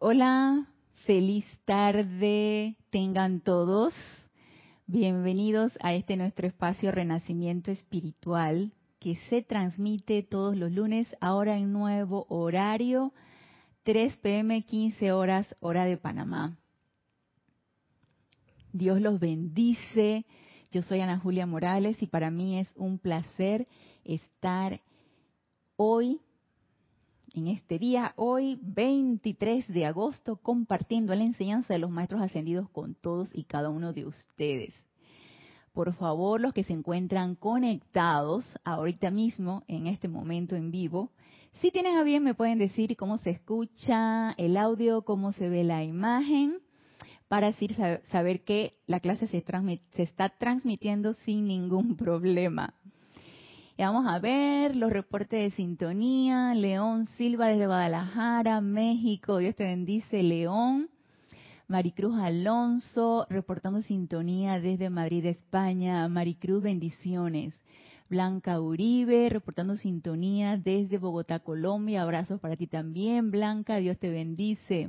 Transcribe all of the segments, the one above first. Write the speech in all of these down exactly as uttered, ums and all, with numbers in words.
Hola, feliz tarde tengan todos. Bienvenidos a este nuestro espacio Renacimiento Espiritual que se transmite todos los lunes, ahora en nuevo horario, tres pe eme, quince horas, hora de Panamá. Dios los bendice. Yo soy Ana Julia Morales y para mí es un placer estar hoy, en este día, hoy veintitrés de agosto, compartiendo la enseñanza de los Maestros Ascendidos con todos y cada uno de ustedes. Por favor, los que se encuentran conectados ahorita mismo, en este momento en vivo, si tienen a bien me pueden decir cómo se escucha el audio, cómo se ve la imagen, para así saber que la clase se, se está transmitiendo sin ningún problema. Y vamos a ver los reportes de sintonía. León Silva desde Guadalajara, México. Dios te bendice, León. Maricruz Alonso, reportando sintonía desde Madrid, España. Maricruz, bendiciones. Blanca Uribe, reportando sintonía desde Bogotá, Colombia. Abrazos para ti también, Blanca. Dios te bendice.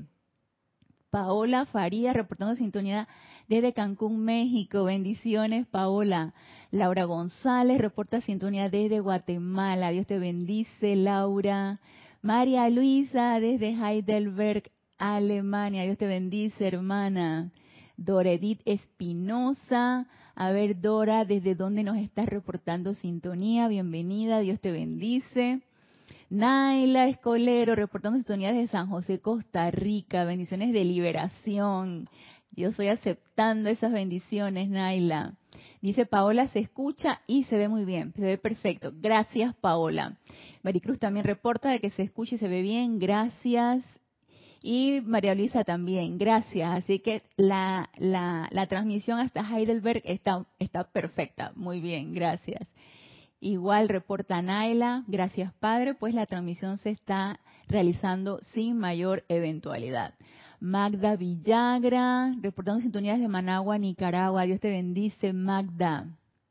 Paola Faría, reportando sintonía desde Cancún, México. Bendiciones, Paola. Laura González, reporta sintonía desde Guatemala. Dios te bendice, Laura. María Luisa, desde Heidelberg, Alemania. Dios te bendice, hermana. Doredit Espinosa. A ver, Dora, ¿desde dónde nos estás reportando sintonía? Bienvenida, Dios te bendice. Naila Escolero, reportando sintonía desde San José, Costa Rica. Bendiciones de liberación. Yo estoy aceptando esas bendiciones, Naila. Dice Paola, se escucha y se ve muy bien, se ve perfecto. Gracias, Paola. Maricruz también reporta de que se escucha y se ve bien. Gracias. Y María Luisa también, gracias. Así que la, la, la transmisión hasta Heidelberg está, está perfecta. Muy bien, gracias. Igual reporta Naila, gracias Padre, pues la transmisión se está realizando sin mayor eventualidad. Magda Villagra, reportando sintonías de Managua, Nicaragua. Dios te bendice, Magda.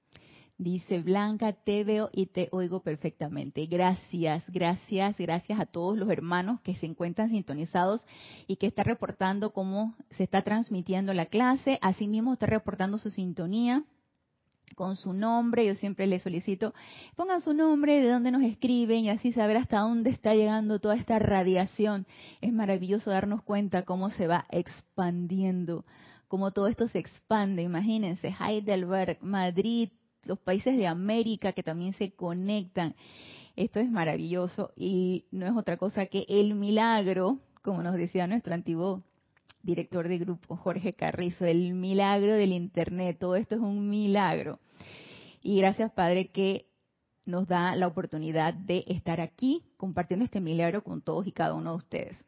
Dice Blanca, te veo y te oigo perfectamente. Gracias, gracias, gracias a todos los hermanos que se encuentran sintonizados y que están reportando cómo se está transmitiendo la clase. Asimismo está reportando su sintonía con su nombre. Yo siempre les solicito, pongan su nombre, de dónde nos escriben y así saber hasta dónde está llegando toda esta radiación. Es maravilloso darnos cuenta cómo se va expandiendo, cómo todo esto se expande. Imagínense, Heidelberg, Madrid, los países de América que también se conectan. Esto es maravilloso y no es otra cosa que el milagro, como nos decía nuestro antiguo director de grupo, Jorge Carrizo, el milagro del Internet. Todo esto es un milagro. Y gracias, Padre, que nos da la oportunidad de estar aquí compartiendo este milagro con todos y cada uno de ustedes.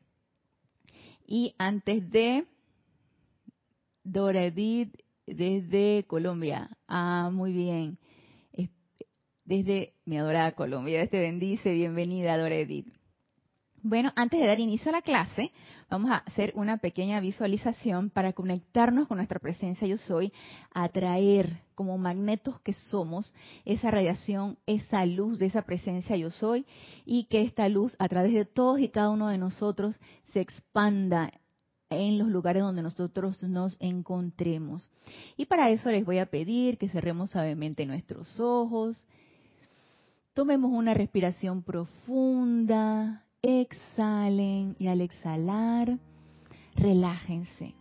Y antes de Dora Edith, desde Colombia. Ah, muy bien. Desde mi adorada Colombia. Dios te bendice. Bienvenida, Dora Edith. Bueno, antes de dar inicio a la clase, vamos a hacer una pequeña visualización para conectarnos con nuestra presencia Yo Soy, atraer como magnetos que somos esa radiación, esa luz de esa presencia Yo Soy, y que esta luz a través de todos y cada uno de nosotros se expanda en los lugares donde nosotros nos encontremos. Y para eso les voy a pedir que cerremos suavemente nuestros ojos, tomemos una respiración profunda, exhalen y al exhalar, relájense.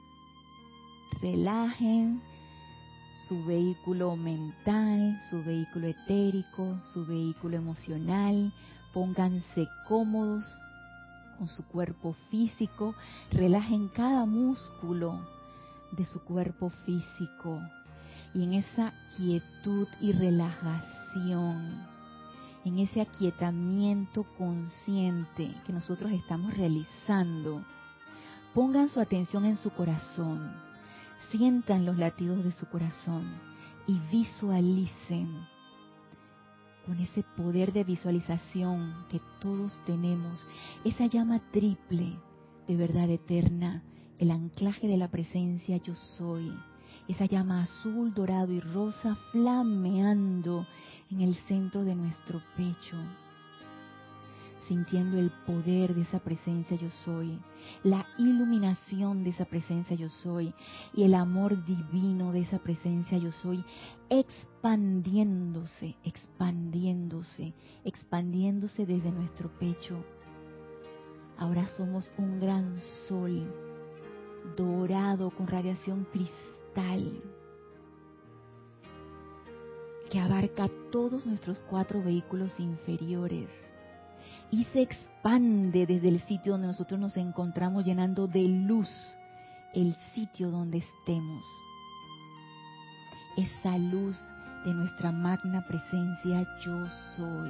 Relajen su vehículo mental, su vehículo etérico, su vehículo emocional. Pónganse cómodos con su cuerpo físico. Relajen cada músculo de su cuerpo físico. Y en esa quietud y relajación, en ese aquietamiento consciente que nosotros estamos realizando, pongan su atención en su corazón, sientan los latidos de su corazón y visualicen con ese poder de visualización que todos tenemos, esa llama triple de verdad eterna, el anclaje de la presencia Yo Soy, esa llama azul, dorado y rosa flameando en el centro de nuestro pecho. sintiendo el poder de esa presencia yo soy, la iluminación de esa presencia yo soy y el amor divino de esa presencia yo soy, expandiéndose, expandiéndose, expandiéndose desde nuestro pecho. Ahora somos un gran sol dorado con radiación cristal que abarca todos nuestros cuatro vehículos inferiores y se expande desde el sitio donde nosotros nos encontramos, llenando de luz el sitio donde estemos. Esa luz de nuestra magna presencia yo soy.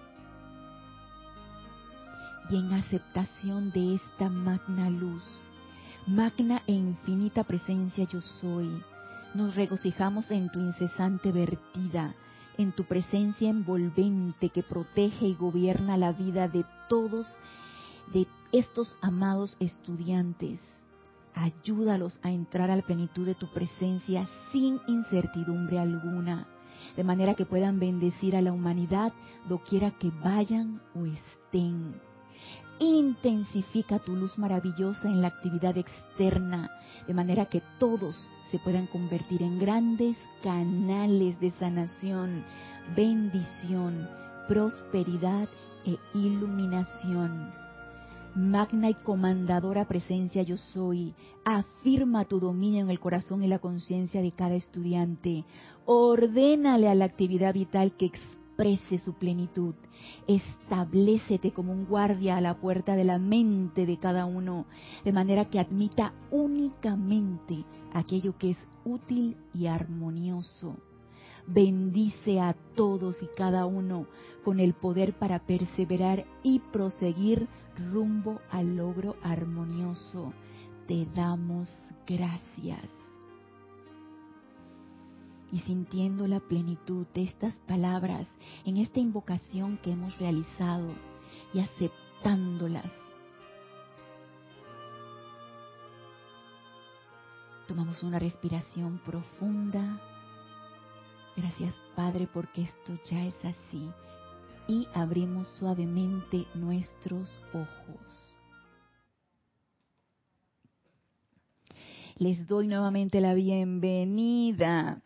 Y en aceptación de esta magna luz, magna e infinita presencia yo soy, nos regocijamos en tu incesante vertida, en tu presencia envolvente que protege y gobierna la vida de todos, de estos amados estudiantes. Ayúdalos a entrar a la plenitud de tu presencia sin incertidumbre alguna, de manera que puedan bendecir a la humanidad doquiera que vayan o estén. Intensifica tu luz maravillosa en la actividad externa, de manera que todos se puedan convertir en grandes canales de sanación, bendición, prosperidad e iluminación. Magna y comandadora presencia yo soy, afirma tu dominio en el corazón y la conciencia de cada estudiante. Ordénale a la actividad vital que exprese su plenitud. Establécete como un guardia a la puerta de la mente de cada uno, de manera que admita únicamente aquello que es útil y armonioso. Bendice a todos y cada uno con el poder para perseverar y proseguir rumbo al logro armonioso. Te damos gracias. Y sintiendo la plenitud de estas palabras en esta invocación que hemos realizado y aceptándolas, tomamos una respiración profunda. Gracias, Padre, porque esto ya es así. Y abrimos suavemente nuestros ojos. Les doy nuevamente la bienvenida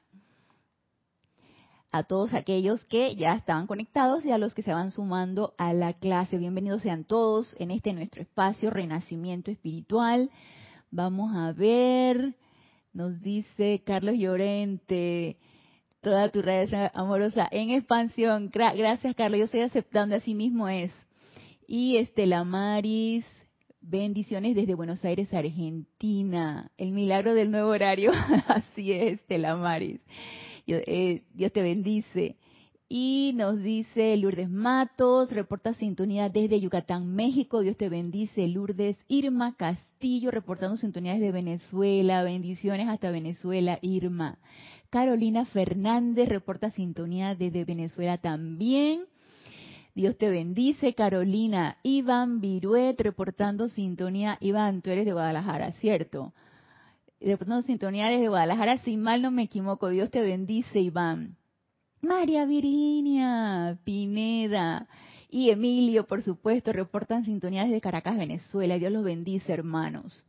a todos aquellos que ya estaban conectados y a los que se van sumando a la clase. Bienvenidos sean todos en este nuestro espacio Renacimiento Espiritual. Vamos a ver, nos dice Carlos Llorente, toda tu red amorosa en expansión. Gra- gracias, Carlos, yo estoy aceptando, así mismo es. Y Estela Maris, bendiciones desde Buenos Aires, Argentina. El milagro del nuevo horario, así es, Estela Maris. Yo, eh, Dios te bendice. Y nos dice Lourdes Matos, reporta sintonía desde Yucatán, México. Dios te bendice, Lourdes. Irma Castillo, reportando sintonía desde Venezuela. Bendiciones hasta Venezuela, Irma. Carolina Fernández, reporta sintonía desde Venezuela también. Dios te bendice, Carolina. Iván Viruet, reportando sintonía. Iván, tú eres de Guadalajara, ¿cierto? Reportando sintonía desde Guadalajara, si mal no me equivoco. Dios te bendice, Iván. María Virginia Pineda y Emilio, por supuesto, reportan sintonía desde Caracas, Venezuela. Dios los bendice, hermanos.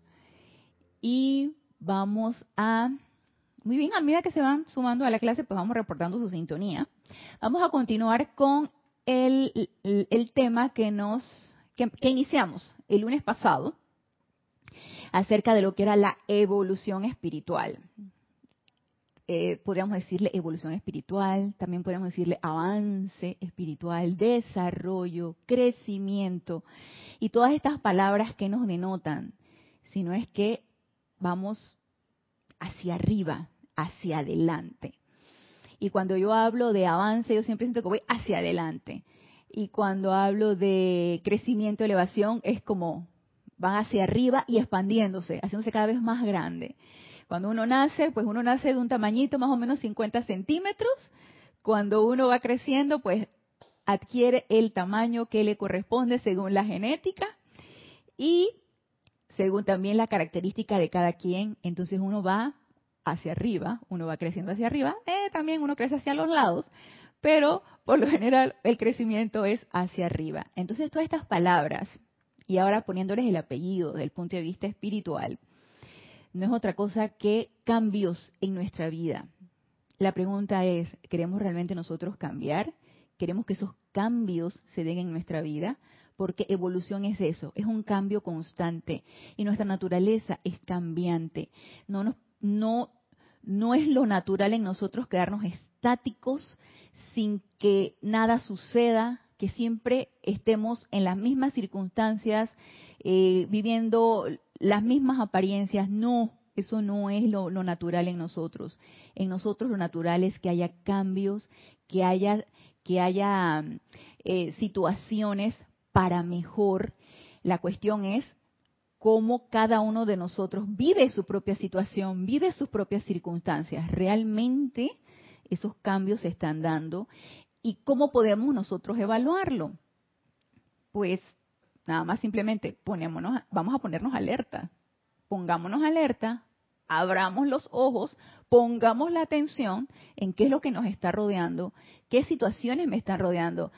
Y vamos a... Muy bien, a medida que se van sumando a la clase, pues vamos reportando su sintonía. Vamos a continuar con el, el, el tema que nos que, que iniciamos el lunes pasado, acerca de lo que era la evolución espiritual. Eh, podríamos decirle evolución espiritual, también podríamos decirle avance espiritual, desarrollo, crecimiento, y todas estas palabras que nos denotan, sino es que vamos hacia arriba, hacia adelante. Y cuando yo hablo de avance, yo siempre siento que voy hacia adelante. Y cuando hablo de crecimiento, elevación, es como van hacia arriba y expandiéndose, haciéndose cada vez más grande. Cuando uno nace, pues uno nace de un tamañito más o menos cincuenta centímetros. Cuando uno va creciendo, pues adquiere el tamaño que le corresponde según la genética y según también la característica de cada quien. Entonces uno va hacia arriba, uno va creciendo hacia arriba, eh, también uno crece hacia los lados, pero por lo general el crecimiento es hacia arriba. Entonces todas estas palabras, y ahora poniéndoles el apellido desde el punto de vista espiritual, no es otra cosa que cambios en nuestra vida. La pregunta es, ¿queremos realmente nosotros cambiar? ¿Queremos que esos cambios se den en nuestra vida? Porque evolución es eso, es un cambio constante y nuestra naturaleza es cambiante. No, nos, no, no es lo natural en nosotros quedarnos estáticos sin que nada suceda, que siempre estemos en las mismas circunstancias, eh, viviendo las mismas apariencias. No, eso no es lo, lo natural en nosotros. En nosotros lo natural es que haya cambios, que haya, que haya eh, situaciones para mejor. La cuestión es cómo cada uno de nosotros vive su propia situación, vive sus propias circunstancias. Realmente esos cambios se están dando y cómo podemos nosotros evaluarlo. Pues nada más simplemente ponémonos, vamos a ponernos alerta, pongámonos alerta, abramos los ojos, pongamos la atención en qué es lo que nos está rodeando, qué situaciones me están rodeando,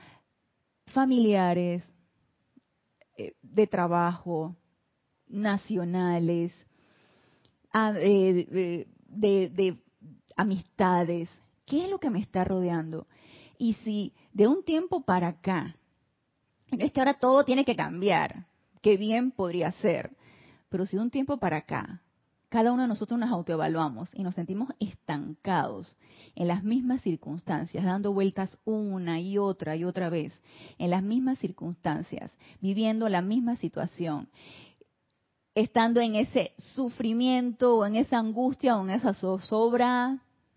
familiares, eh, de trabajo, nacionales, a- eh, de, de- de amistades, qué es lo que me está rodeando. Y si de un tiempo para acá, es que ahora todo tiene que cambiar, qué bien podría ser, pero si de un tiempo para acá, cada uno de nosotros nos autoevaluamos y nos sentimos estancados en las mismas circunstancias, dando vueltas una y otra y otra vez, en las mismas circunstancias, viviendo la misma situación, estando en ese sufrimiento o en esa angustia o en esa zozobra,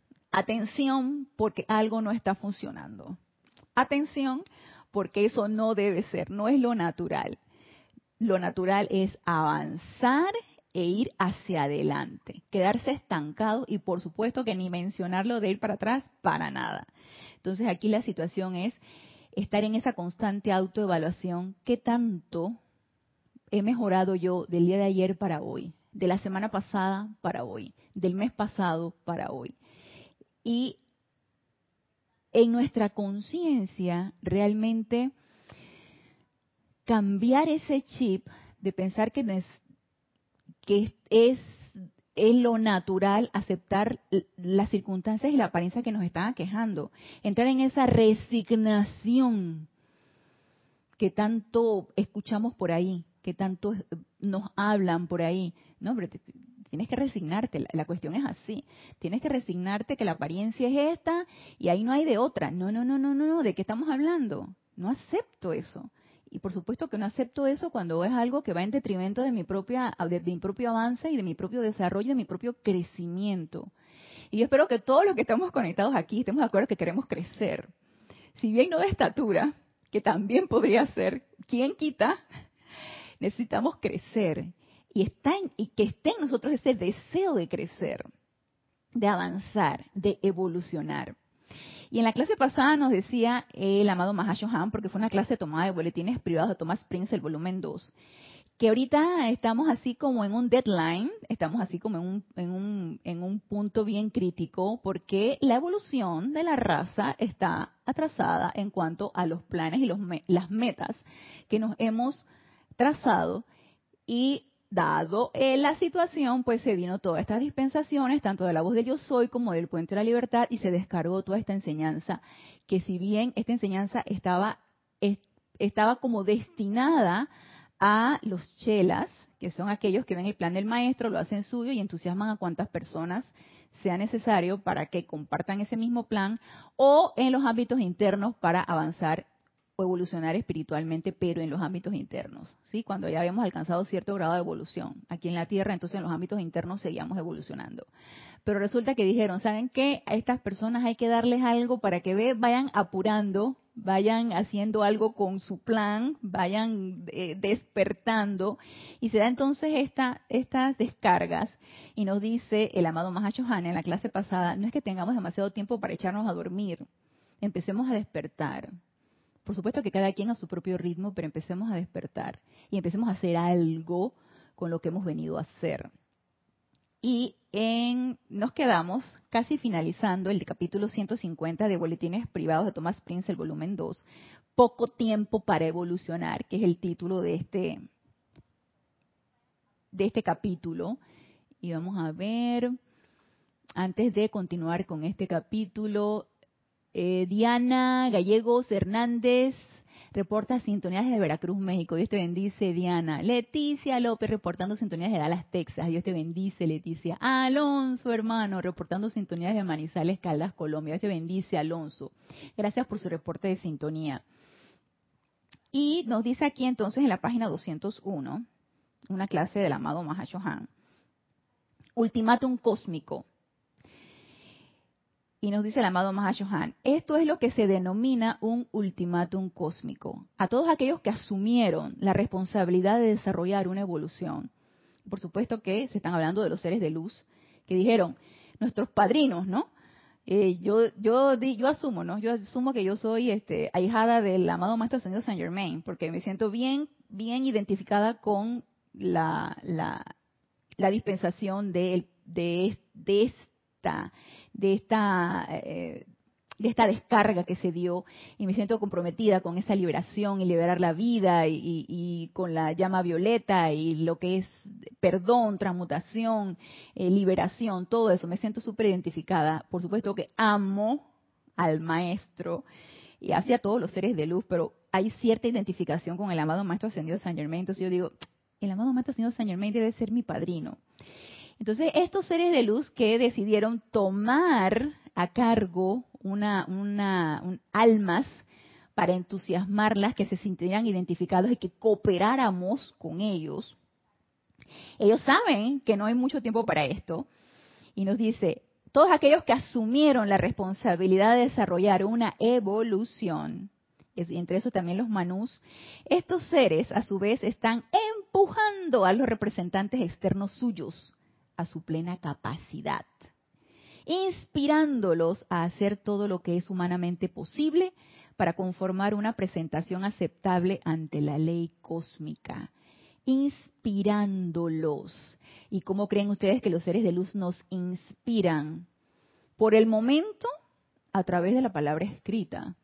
atención porque algo no está funcionando. Atención porque eso no debe ser, no es lo natural. Lo natural es avanzar e ir hacia adelante, quedarse estancado y por supuesto que ni mencionarlo de ir para atrás para nada. Entonces aquí la situación es estar en esa constante autoevaluación. ¿Qué tanto he mejorado yo del día de ayer para hoy, de la semana pasada para hoy, del mes pasado para hoy? Y en nuestra conciencia realmente cambiar ese chip de pensar que, es, que es, es lo natural aceptar las circunstancias y la apariencia que nos están aquejando, entrar en esa resignación que tanto escuchamos por ahí, que tanto nos hablan por ahí. No, pero te, tienes que resignarte, la, la cuestión es así. Tienes que resignarte que la apariencia es esta y ahí no hay de otra. No, no, no, no, no, no, ¿de qué estamos hablando? No acepto eso. Y por supuesto que no acepto eso cuando es algo que va en detrimento de mi propia, de mi propio avance y de mi propio desarrollo, de mi propio crecimiento. Y yo espero que todos los que estamos conectados aquí estemos de acuerdo que queremos crecer. Si bien no de estatura, que también podría ser, ¿quién quita? Necesitamos crecer y, está en, y que esté en nosotros ese deseo de crecer, de avanzar, de evolucionar. Y en la clase pasada nos decía el amado Mahashohan, porque fue una clase tomada de boletines privados de Thomas Prince, el volumen dos, que ahorita estamos así como en un deadline, estamos así como en un, en un, en un punto bien crítico, porque la evolución de la raza está atrasada en cuanto a los planes y los, las metas que nos hemos trazado, y dado eh, la situación, pues se vino todas estas dispensaciones, tanto de la voz del Yo Soy como del Puente de la Libertad, y se descargó toda esta enseñanza, que si bien esta enseñanza estaba, es, estaba como destinada a los chelas, que son aquellos que ven el plan del maestro, lo hacen suyo y entusiasman a cuantas personas sea necesario para que compartan ese mismo plan, o en los ámbitos internos para avanzar o evolucionar espiritualmente, pero en los ámbitos internos, ¿sí? Cuando ya habíamos alcanzado cierto grado de evolución aquí en la Tierra, entonces en los ámbitos internos seguíamos evolucionando. Pero resulta que dijeron, ¿saben qué? A estas personas hay que darles algo para que ve, vayan apurando, vayan haciendo algo con su plan, vayan eh, despertando, y se da entonces esta, estas descargas, y nos dice el amado Mahashohan en la clase pasada, no es que tengamos demasiado tiempo para echarnos a dormir, empecemos a despertar. Por supuesto que cada quien a su propio ritmo, pero empecemos a despertar y empecemos a hacer algo con lo que hemos venido a hacer. y en, nos quedamos casi finalizando el capítulo ciento cincuenta de Boletines Privados de Thomas Prince, el volumen dos, Poco tiempo para evolucionar, que es el título de este, de este capítulo. Y vamos a ver, antes de continuar con este capítulo, eh, Diana Gallegos Hernández reporta sintonías desde Veracruz, México. Dios te bendice, Diana. Leticia López reportando sintonías de Dallas, Texas. Dios te bendice, Leticia. Alonso, hermano, reportando sintonías de Manizales, Caldas, Colombia. Dios te bendice, Alonso. Gracias por su reporte de sintonía. Y nos dice aquí entonces en la página doscientos uno, una clase del amado Mahashohan, ultimátum cósmico. Y nos dice el amado Mahashohan, esto es lo que se denomina un ultimátum cósmico. A todos aquellos que asumieron la responsabilidad de desarrollar una evolución. Por supuesto que se están hablando de los seres de luz, que dijeron, nuestros padrinos, ¿no? Eh, yo yo di, yo asumo, ¿no? Yo asumo que yo soy este, ahijada del amado Maestro Ascendido Saint Germain, porque me siento bien, bien identificada con la, la, la dispensación de, de, de esta de esta eh, de esta descarga que se dio, y me siento comprometida con esa liberación y liberar la vida y, y, y con la llama violeta y lo que es perdón, transmutación, eh, liberación, todo eso. Me siento súper identificada. Por supuesto que amo al maestro y hacia todos los seres de luz, pero hay cierta identificación con el amado Maestro Ascendido Saint Germain. Entonces yo digo, el amado Maestro Ascendido Saint Germain debe ser mi padrino. Entonces, estos seres de luz que decidieron tomar a cargo una, una un, almas para entusiasmarlas, que se sintieran identificados y que cooperáramos con ellos, ellos saben que no hay mucho tiempo para esto. Y nos dice, todos aquellos que asumieron la responsabilidad de desarrollar una evolución, y entre eso también los manús, estos seres a su vez están empujando a los representantes externos suyos a su plena capacidad, inspirándolos a hacer todo lo que es humanamente posible para conformar una presentación aceptable ante la ley cósmica, inspirándolos. ¿Y cómo creen ustedes que los seres de luz nos inspiran? Por el momento, a través de la palabra escrita.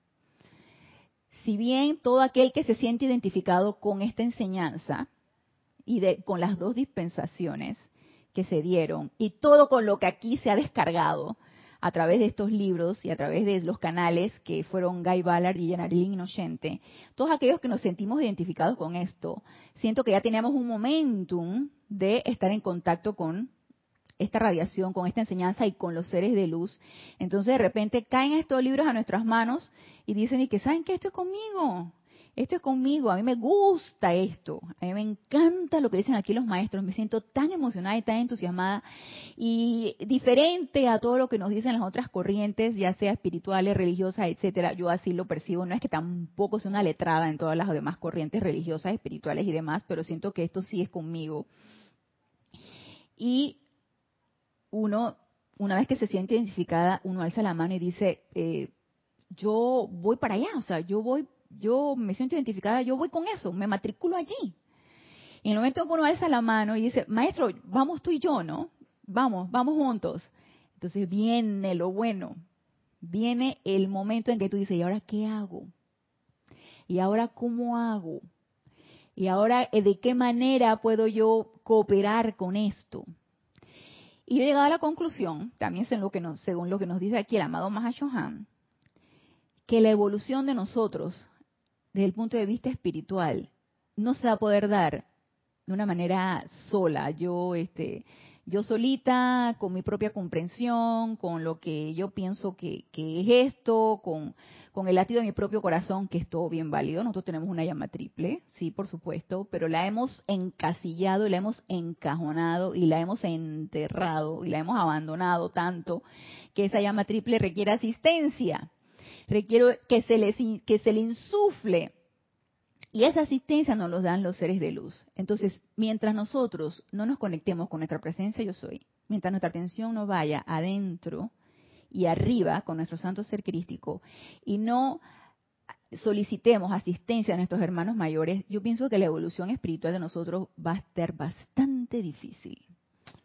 Si bien todo aquel que se siente identificado con esta enseñanza y de, con las dos dispensaciones que se dieron y todo con lo que aquí se ha descargado a través de estos libros y a través de los canales que fueron Guy Ballard y Yanarelín Inocente, todos aquellos que nos sentimos identificados con esto, siento que ya teníamos un momentum de estar en contacto con esta radiación, con esta enseñanza y con los seres de luz. Entonces de repente caen estos libros a nuestras manos y dicen, y que saben que esto es conmigo, esto es conmigo, a mí me gusta esto, a mí me encanta lo que dicen aquí los maestros, me siento tan emocionada y tan entusiasmada y diferente a todo lo que nos dicen las otras corrientes, ya sea espirituales, religiosas, etcétera. Yo así lo percibo, no es que tampoco sea una letrada en todas las demás corrientes religiosas, espirituales y demás, pero siento que esto sí es conmigo. Y uno, una vez que se siente identificada, uno alza la mano y dice, eh, yo voy para allá, o sea, yo voy, yo me siento identificada, yo voy con eso, me matriculo allí. Y en el momento en que uno alza la mano y dice, maestro, vamos tú y yo, ¿no? Vamos, vamos juntos. Entonces viene lo bueno, viene el momento en que tú dices, ¿y ahora qué hago? ¿Y ahora cómo hago? ¿Y ahora de qué manera puedo yo cooperar con esto? Y yo he llegado a la conclusión, también según lo que nos, según lo que nos dice aquí el amado Mahashohan, que la evolución de nosotros, desde el punto de vista espiritual, no se va a poder dar de una manera sola. Yo, este, yo solita, con mi propia comprensión, con lo que yo pienso que, que es esto, con, con el latido de mi propio corazón, que es todo bien válido. Nosotros tenemos una llama triple, sí, por supuesto, pero la hemos encasillado y la hemos encajonado y la hemos enterrado y la hemos abandonado tanto que esa llama triple requiere asistencia. Requiere que se le, que se le insufle. Y esa asistencia nos la dan los seres de luz. Entonces, mientras nosotros no nos conectemos con nuestra presencia yo soy, mientras nuestra atención no vaya adentro y arriba con nuestro santo ser crístico y no solicitemos asistencia a nuestros hermanos mayores, yo pienso que la evolución espiritual de nosotros va a estar bastante difícil.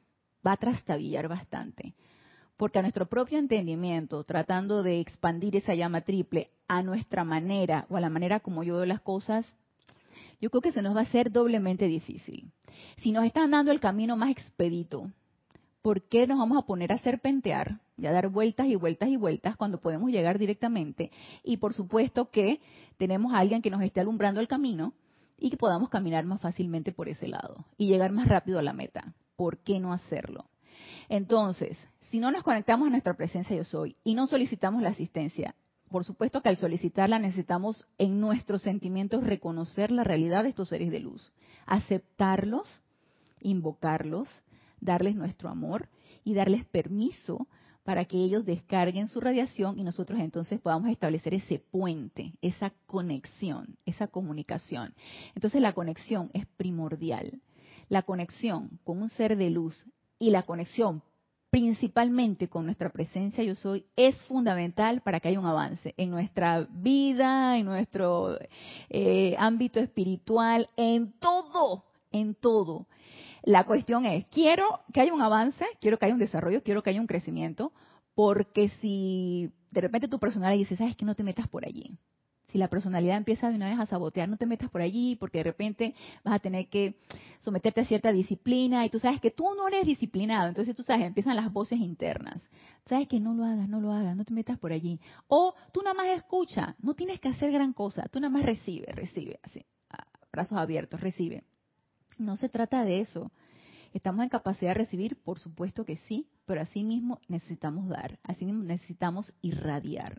va a trastabillar bastante. Porque a nuestro propio entendimiento, tratando de expandir esa llama triple a nuestra manera o a la manera como yo veo las cosas, yo creo que se nos va a hacer doblemente difícil. Si nos están dando el camino más expedito, ¿por qué nos vamos a poner a serpentear y a dar vueltas y vueltas y vueltas cuando podemos llegar directamente? Y por supuesto que tenemos a alguien que nos esté alumbrando el camino y que podamos caminar más fácilmente por ese lado y llegar más rápido a la meta. ¿Por qué no hacerlo? Entonces, si no nos conectamos a nuestra presencia yo soy y no solicitamos la asistencia, por supuesto que al solicitarla necesitamos en nuestros sentimientos reconocer la realidad de estos seres de luz, aceptarlos, invocarlos, darles nuestro amor y darles permiso para que ellos descarguen su radiación y nosotros entonces podamos establecer ese puente, esa conexión, esa comunicación. Entonces la conexión es primordial. La conexión con un ser de luz y la conexión principalmente con nuestra presencia yo soy es fundamental para que haya un avance en nuestra vida, en nuestro eh, ámbito espiritual, en todo, en todo. La cuestión es, quiero que haya un avance, quiero que haya un desarrollo, quiero que haya un crecimiento, porque si de repente tu personalidad dice, sabes que no te metas por allí. Si la personalidad empieza de una vez a sabotear, no te metas por allí, porque de repente vas a tener que someterte a cierta disciplina y tú sabes que tú no eres disciplinado. Entonces tú sabes, empiezan las voces internas. Sabes que no lo hagas, no lo hagas, no te metas por allí. O tú nada más escucha, no tienes que hacer gran cosa, tú nada más recibe, recibe, así, brazos abiertos, recibe. No se trata de eso. ¿Estamos en capacidad de recibir? Por supuesto que sí, pero así mismo necesitamos dar, así mismo necesitamos irradiar.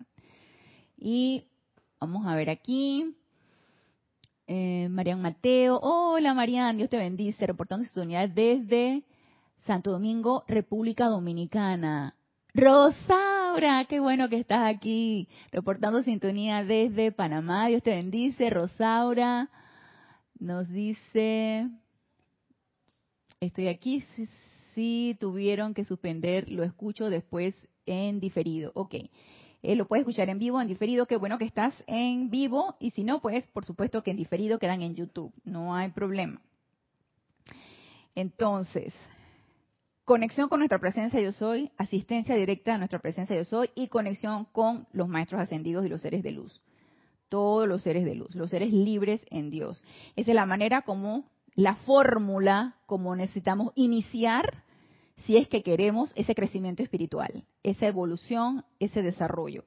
Y vamos a ver aquí. Eh, Marian Mateo. Hola Marian, Dios te bendice. Reportando sintonía desde Santo Domingo, República Dominicana. Rosaura, qué bueno que estás aquí. Reportando sintonía desde Panamá. Dios te bendice. Rosaura nos dice... Estoy aquí, si, si tuvieron que suspender, lo escucho después en diferido. Ok, eh, lo puedes escuchar en vivo, en diferido, qué bueno que estás en vivo, y si no, pues por supuesto que en diferido quedan en YouTube, no hay problema. Entonces, conexión con nuestra presencia yo soy, asistencia directa a nuestra presencia yo soy, y conexión con los maestros ascendidos y los seres de luz. Todos los seres de luz, los seres libres en Dios. Esa es la manera como... la fórmula como necesitamos iniciar si es que queremos ese crecimiento espiritual, esa evolución, ese desarrollo.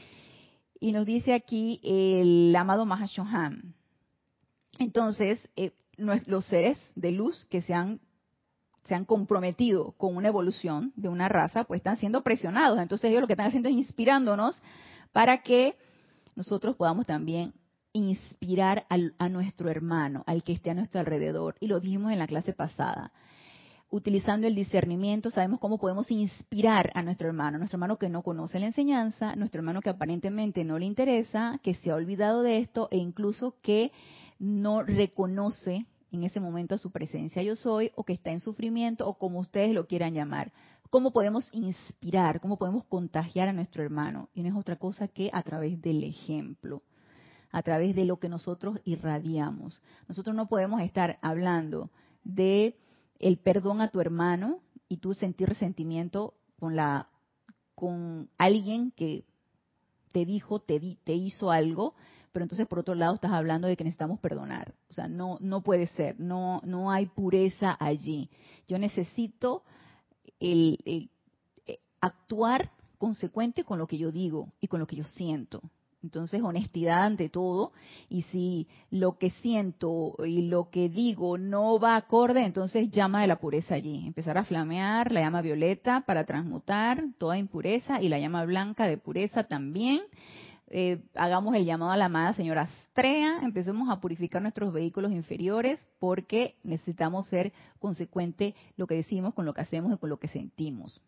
Y nos dice aquí el amado Mahashohan. Entonces, eh, los seres de luz que se han, se han comprometido con una evolución de una raza, pues están siendo presionados. Entonces ellos lo que están haciendo es inspirándonos para que nosotros podamos también inspirar al, a nuestro hermano, al que esté a nuestro alrededor. Y lo dijimos en la clase pasada. Utilizando el discernimiento, sabemos cómo podemos inspirar a nuestro hermano, nuestro hermano que no conoce la enseñanza, nuestro hermano que aparentemente no le interesa, que se ha olvidado de esto e incluso que no reconoce en ese momento a su presencia yo soy, o que está en sufrimiento, o como ustedes lo quieran llamar. ¿Cómo podemos inspirar? ¿Cómo podemos contagiar a nuestro hermano? Y no es otra cosa que a través del ejemplo, a través de lo que nosotros irradiamos. Nosotros no podemos estar hablando de el perdón a tu hermano y tú sentir resentimiento con la con alguien que te dijo, te di, te hizo algo, pero entonces por otro lado estás hablando de que necesitamos perdonar. O sea, no no puede ser, no no hay pureza allí. Yo necesito el, el, el actuar consecuente con lo que yo digo y con lo que yo siento. Entonces, honestidad ante todo, y si lo que siento y lo que digo no va acorde, entonces llama de la pureza allí. Empezar a flamear la llama violeta para transmutar toda impureza y la llama blanca de pureza también. Eh, hagamos el llamado a la amada señora Astrea, empecemos a purificar nuestros vehículos inferiores porque necesitamos ser consecuentes lo que decimos con lo que hacemos y con lo que sentimos.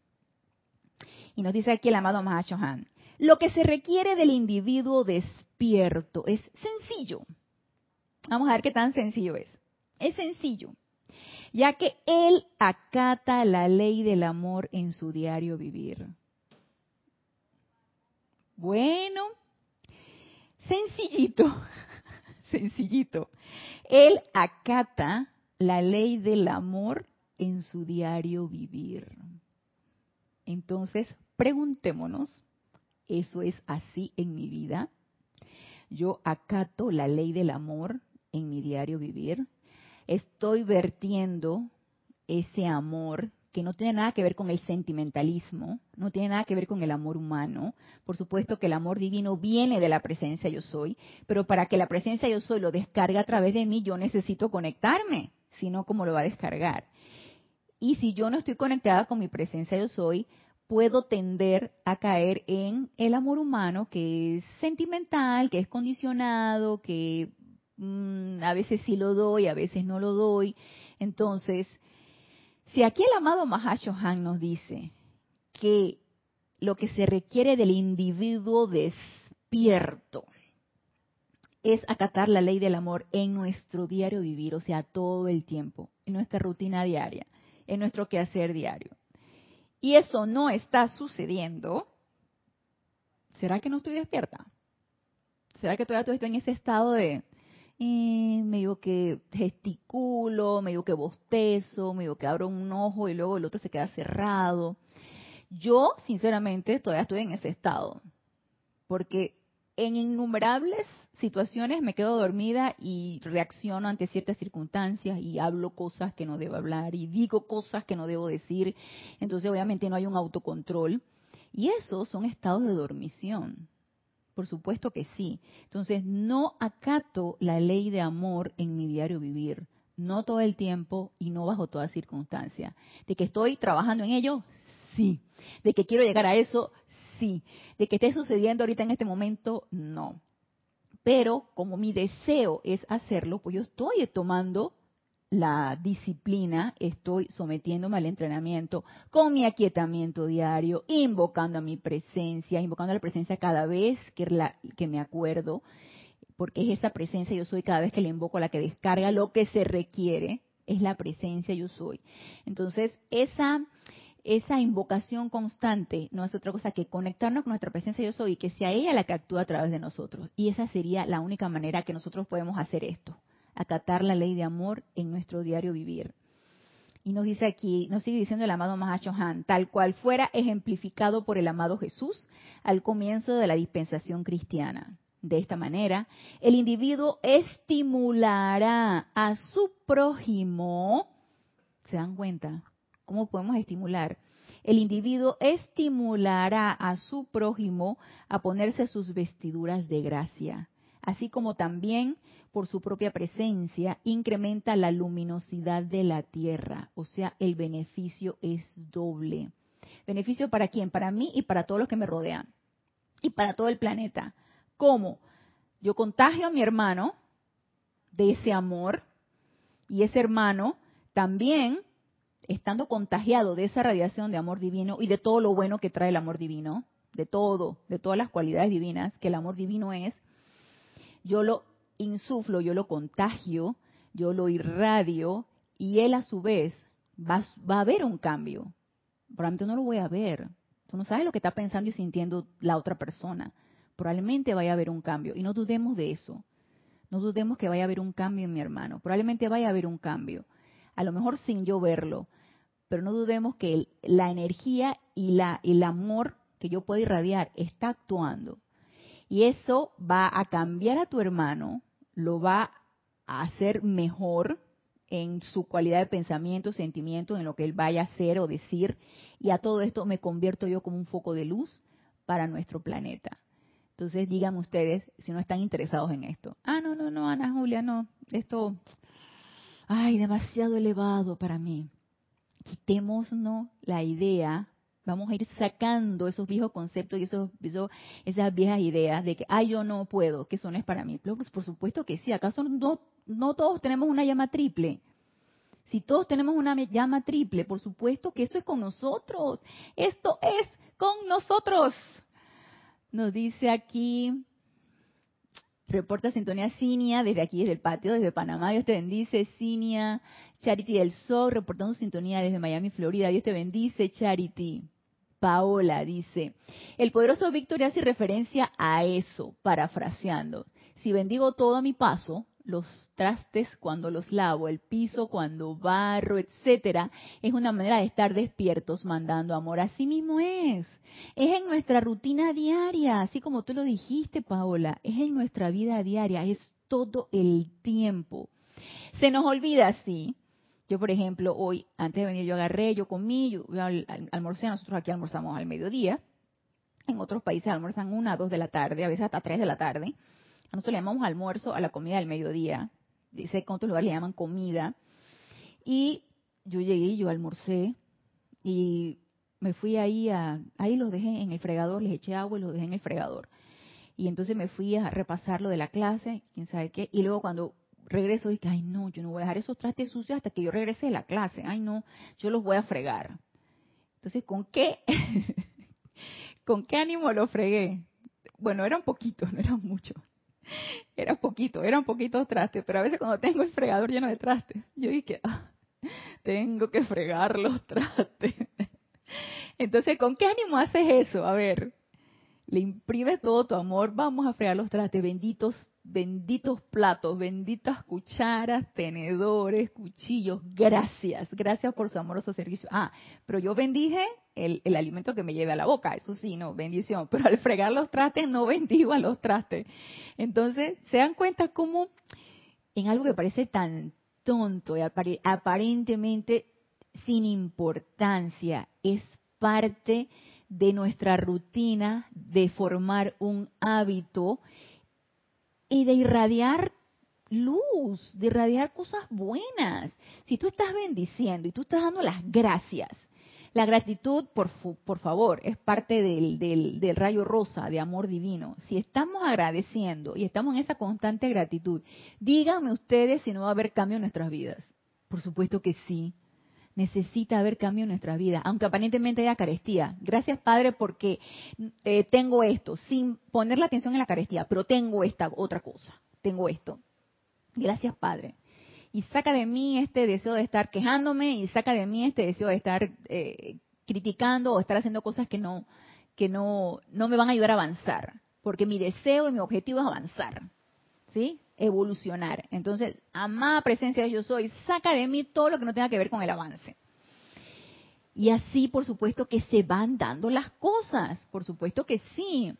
Y nos dice aquí el amado Mahashohan. Lo que se requiere del individuo despierto es sencillo. Vamos a ver qué tan sencillo es. Es sencillo, ya que él acata la ley del amor en su diario vivir. Bueno, sencillito, sencillito. Él acata la ley del amor en su diario vivir. Entonces, preguntémonos, ¿eso es así en mi vida? ¿Yo acato la ley del amor en mi diario vivir? ¿Estoy vertiendo ese amor que no tiene nada que ver con el sentimentalismo, no tiene nada que ver con el amor humano? Por supuesto que el amor divino viene de la presencia yo soy, pero para que la presencia yo soy lo descargue a través de mí, yo necesito conectarme, si no, ¿cómo lo va a descargar? Y si yo no estoy conectada con mi presencia yo soy, puedo tender a caer en el amor humano, que es sentimental, que es condicionado, que mmm, a veces sí lo doy, a veces no lo doy. Entonces, si aquí el amado Mahashohan nos dice que lo que se requiere del individuo despierto es acatar la ley del amor en nuestro diario vivir, o sea, todo el tiempo, en nuestra rutina diaria, en nuestro quehacer diario, y eso no está sucediendo, ¿será que no estoy despierta? ¿Será que todavía estoy en ese estado de eh, medio que gesticulo, medio que bostezo, medio que abro un ojo y luego el otro se queda cerrado? Yo, sinceramente, todavía estoy en ese estado, porque en innumerables situaciones me quedo dormida y reacciono ante ciertas circunstancias y hablo cosas que no debo hablar y digo cosas que no debo decir. Entonces, obviamente, no hay un autocontrol. Y esos son estados de dormición. Por supuesto que sí. Entonces, no acato la ley de amor en mi diario vivir. No todo el tiempo y no bajo toda circunstancia. ¿De que estoy trabajando en ello? Sí. ¿De que quiero llegar a eso? Sí. ¿De que esté sucediendo ahorita en este momento? No. Pero como mi deseo es hacerlo, pues yo estoy tomando la disciplina, estoy sometiéndome al entrenamiento con mi aquietamiento diario, invocando a mi presencia, invocando a la presencia cada vez que, la, que me acuerdo, porque es esa presencia yo soy cada vez que le invoco la que descarga lo que se requiere, es la presencia yo soy. Entonces, esa... Esa invocación constante no es otra cosa que conectarnos con nuestra presencia yo soy y que sea ella la que actúa a través de nosotros. Y esa sería la única manera que nosotros podemos hacer esto, acatar la ley de amor en nuestro diario vivir. Y nos dice aquí, nos sigue diciendo el amado Mahashohan, tal cual fuera ejemplificado por el amado Jesús al comienzo de la dispensación cristiana. De esta manera, el individuo estimulará a su prójimo, ¿se dan cuenta? ¿Cómo podemos estimular? El individuo estimulará a su prójimo a ponerse sus vestiduras de gracia, así como también por su propia presencia incrementa la luminosidad de la tierra, o sea, el beneficio es doble. ¿Beneficio para quién? Para mí y para todos los que me rodean y para todo el planeta. ¿Cómo? Yo contagio a mi hermano de ese amor y ese hermano también, estando contagiado de esa radiación de amor divino y de todo lo bueno que trae el amor divino, de todo, de todas las cualidades divinas que el amor divino es, yo lo insuflo, yo lo contagio, yo lo irradio y él a su vez va, va a ver un cambio. Probablemente no lo voy a ver. Tú no sabes lo que está pensando y sintiendo la otra persona. Probablemente vaya a haber un cambio y no dudemos de eso. No dudemos que vaya a haber un cambio en mi hermano. Probablemente vaya a haber un cambio. A lo mejor sin yo verlo, pero no dudemos que el, la energía y la, el amor que yo puedo irradiar está actuando. Y eso va a cambiar a tu hermano, lo va a hacer mejor en su cualidad de pensamiento, sentimiento, en lo que él vaya a hacer o decir. Y a todo esto me convierto yo como un foco de luz para nuestro planeta. Entonces díganme ustedes si no están interesados en esto. Ah, no, no, no, Ana Julia, no. Esto... ay, demasiado elevado para mí. Quitémonos la idea, vamos a ir sacando esos viejos conceptos y esos, esos, esas viejas ideas de que, ay, yo no puedo, que eso no es para mí. Pero, pues, por supuesto que sí, ¿acaso no, no todos tenemos una llama triple? Si todos tenemos una llama triple, por supuesto que esto es con nosotros. Esto es con nosotros. Nos dice aquí... reporta sintonía Cinia, desde aquí, desde el patio, desde Panamá. Dios te bendice, Cinia. Charity del Sol, reportando sintonía desde Miami, Florida. Dios te bendice, Charity. Paola dice, el poderoso Víctor hace referencia a eso, parafraseando. Si bendigo todo a mi paso, los trastes cuando los lavo, el piso cuando barro, etcétera, es una manera de estar despiertos mandando amor. Así mismo es. Es en nuestra rutina diaria, así como tú lo dijiste, Paola, es en nuestra vida diaria, es todo el tiempo. Se nos olvida, sí. Yo, por ejemplo, hoy, antes de venir, yo agarré, yo comí, yo, yo al, al, almorcé, nosotros aquí almorzamos al mediodía, en otros países almuerzan una, dos de la tarde, a veces hasta tres de la tarde. A nosotros le llamamos almuerzo a la comida del mediodía. Dice que en otros lugares le llaman comida. Y yo llegué, yo almorcé y me fui ahí a, ahí los dejé en el fregador, les eché agua y los dejé en el fregador. Y entonces me fui a repasar lo de la clase, quién sabe qué. Y luego cuando regreso dije, ay no, yo no voy a dejar esos trastes sucios hasta que yo regrese de la clase. Ay no, yo los voy a fregar. Entonces, ¿con qué? ¿Con qué ánimo lo fregué? Bueno, eran poquitos, no eran muchos. Era poquito, eran poquitos trastes, pero a veces cuando tengo el fregador lleno de trastes, yo dije, ah, tengo que fregar los trastes. Entonces, ¿con qué ánimo haces eso? A ver, le imprimes todo tu amor, vamos a fregar los trastes, benditos, benditos platos, benditas cucharas, tenedores, cuchillos, gracias, gracias por su amoroso servicio. Ah, pero yo bendije el, el alimento que me lleve a la boca, eso sí, no, bendición, pero al fregar los trastes no bendigo a los trastes. Entonces, ¿se dan cuenta cómo en algo que parece tan tonto y aparentemente sin importancia, es parte de nuestra rutina de formar un hábito y de irradiar luz, de irradiar cosas buenas? Si tú estás bendiciendo y tú estás dando las gracias, la gratitud, por, por favor, es parte del, del, del rayo rosa de amor divino. Si estamos agradeciendo y estamos en esa constante gratitud, díganme ustedes si no va a haber cambio en nuestras vidas. Por supuesto que sí. Necesita haber cambio en nuestras vidas, aunque aparentemente haya carestía. Gracias, Padre, porque eh, tengo esto, sin poner la atención en la carestía, pero tengo esta otra cosa, tengo esto. Gracias, Padre. Y saca de mí este deseo de estar quejándome y saca de mí este deseo de estar eh, criticando o estar haciendo cosas que no que no no me van a ayudar a avanzar, porque mi deseo y mi objetivo es avanzar, ¿sí? Evolucionar. Entonces, amada presencia de yo soy, saca de mí todo lo que no tenga que ver con el avance. Y así, por supuesto, que se van dando las cosas, por supuesto que sí.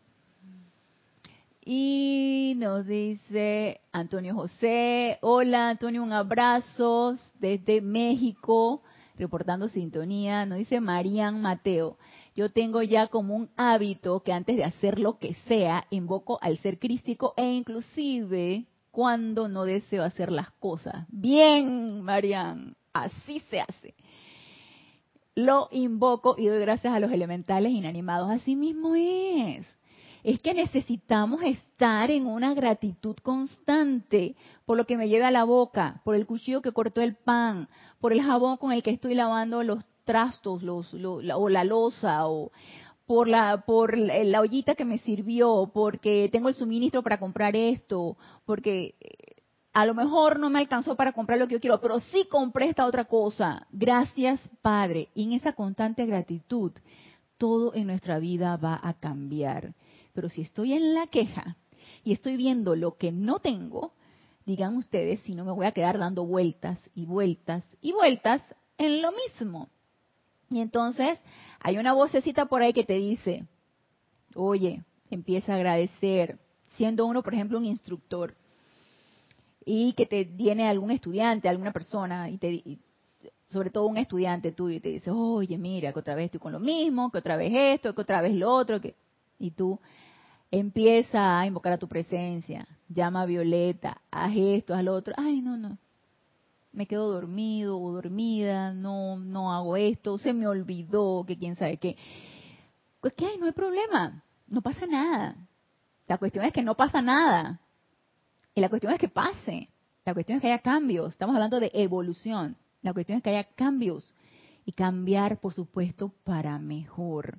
Y nos dice Antonio José, hola Antonio, un abrazo desde México, reportando sintonía. Nos dice Marían Mateo, yo tengo ya como un hábito que antes de hacer lo que sea, invoco al ser crístico e inclusive cuando no deseo hacer las cosas. Bien, Marían, así se hace. Lo invoco y doy gracias a los elementales inanimados. Así mismo es. Es que necesitamos estar en una gratitud constante por lo que me lleve a la boca, por el cuchillo que cortó el pan, por el jabón con el que estoy lavando los trastos, los, lo, la, o la loza, o por la por la, la ollita que me sirvió, porque tengo el suministro para comprar esto, porque a lo mejor no me alcanzó para comprar lo que yo quiero, pero sí compré esta otra cosa. Gracias, Padre. Y en esa constante gratitud, todo en nuestra vida va a cambiar. Pero si estoy en la queja y estoy viendo lo que no tengo, digan ustedes si no me voy a quedar dando vueltas y vueltas y vueltas en lo mismo. Y entonces hay una vocecita por ahí que te dice, oye, empieza a agradecer, siendo uno, por ejemplo, un instructor, y que te viene algún estudiante, alguna persona, y te y sobre todo un estudiante tuyo, y te dice, oye, mira, que otra vez estoy con lo mismo, que otra vez esto, que otra vez lo otro, que y tú empieza a invocar a tu presencia, llama a Violeta, haz esto, haz lo otro. Ay, no, no, me quedo dormido o dormida, no no hago esto, se me olvidó, que quién sabe qué. Pues que no hay problema, no pasa nada. La cuestión es que no pasa nada. Y la cuestión es que pase. La cuestión es que haya cambios. Estamos hablando de evolución. La cuestión es que haya cambios. Y cambiar, por supuesto, para mejor.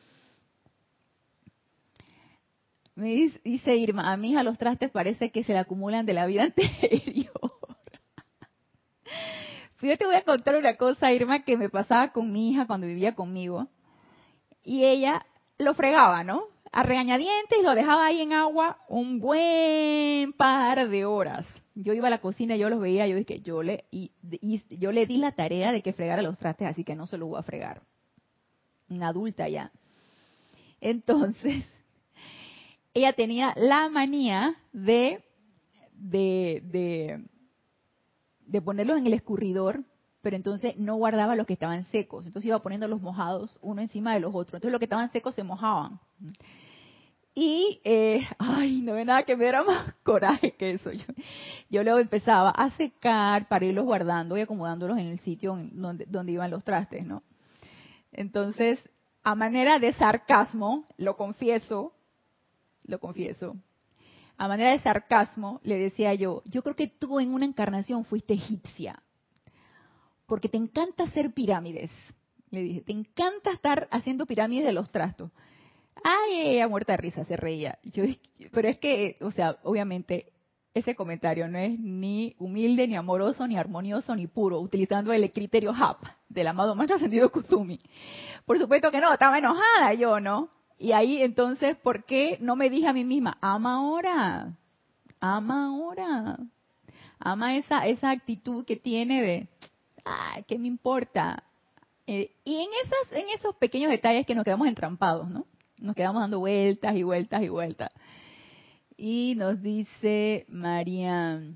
Me dice, dice Irma, a mi hija los trastes parece que se le acumulan de la vida anterior. Yo te voy a contar una cosa, Irma, que me pasaba con mi hija cuando vivía conmigo. Y ella lo fregaba, ¿no? A regañadientes y lo dejaba ahí en agua un buen par de horas. yo iba a la cocina y yo los veía, yo dije, yo le, y, y yo le di la tarea de que fregara los trastes, así que no se los voy a fregar. Una adulta ya. Entonces, ella tenía la manía de, de, de, de ponerlos en el escurridor, pero entonces no guardaba los que estaban secos. Entonces iba poniendo los mojados uno encima de los otros. Entonces los que estaban secos se mojaban. Y, eh, ay, no ve nada que me diera más coraje que eso. Yo, yo luego empezaba a secar para irlos guardando y acomodándolos en el sitio donde, donde iban los trastes, ¿no? Entonces, a manera de sarcasmo, lo confieso, lo confieso, a manera de sarcasmo le decía yo, yo creo que tú en una encarnación fuiste egipcia, porque te encanta hacer pirámides. Le dije, te encanta estar haciendo pirámides de los trastos. Ay, ella muerta de risa, se reía. Yo, pero es que, o sea, obviamente, ese comentario no es ni humilde, ni amoroso, ni armonioso, ni puro, utilizando el criterio H A P del amado Maestro Ascendido Kusumi. Por supuesto que no, estaba enojada yo, ¿no? Y ahí entonces, ¿por qué no me dije a mí misma, ama ahora, ama ahora, ama esa, esa actitud que tiene de, ay, ¿qué me importa? Eh, y en, esas, en esos pequeños detalles que nos quedamos entrampados, ¿no? Nos quedamos dando vueltas y vueltas y vueltas. Y nos dice Marian,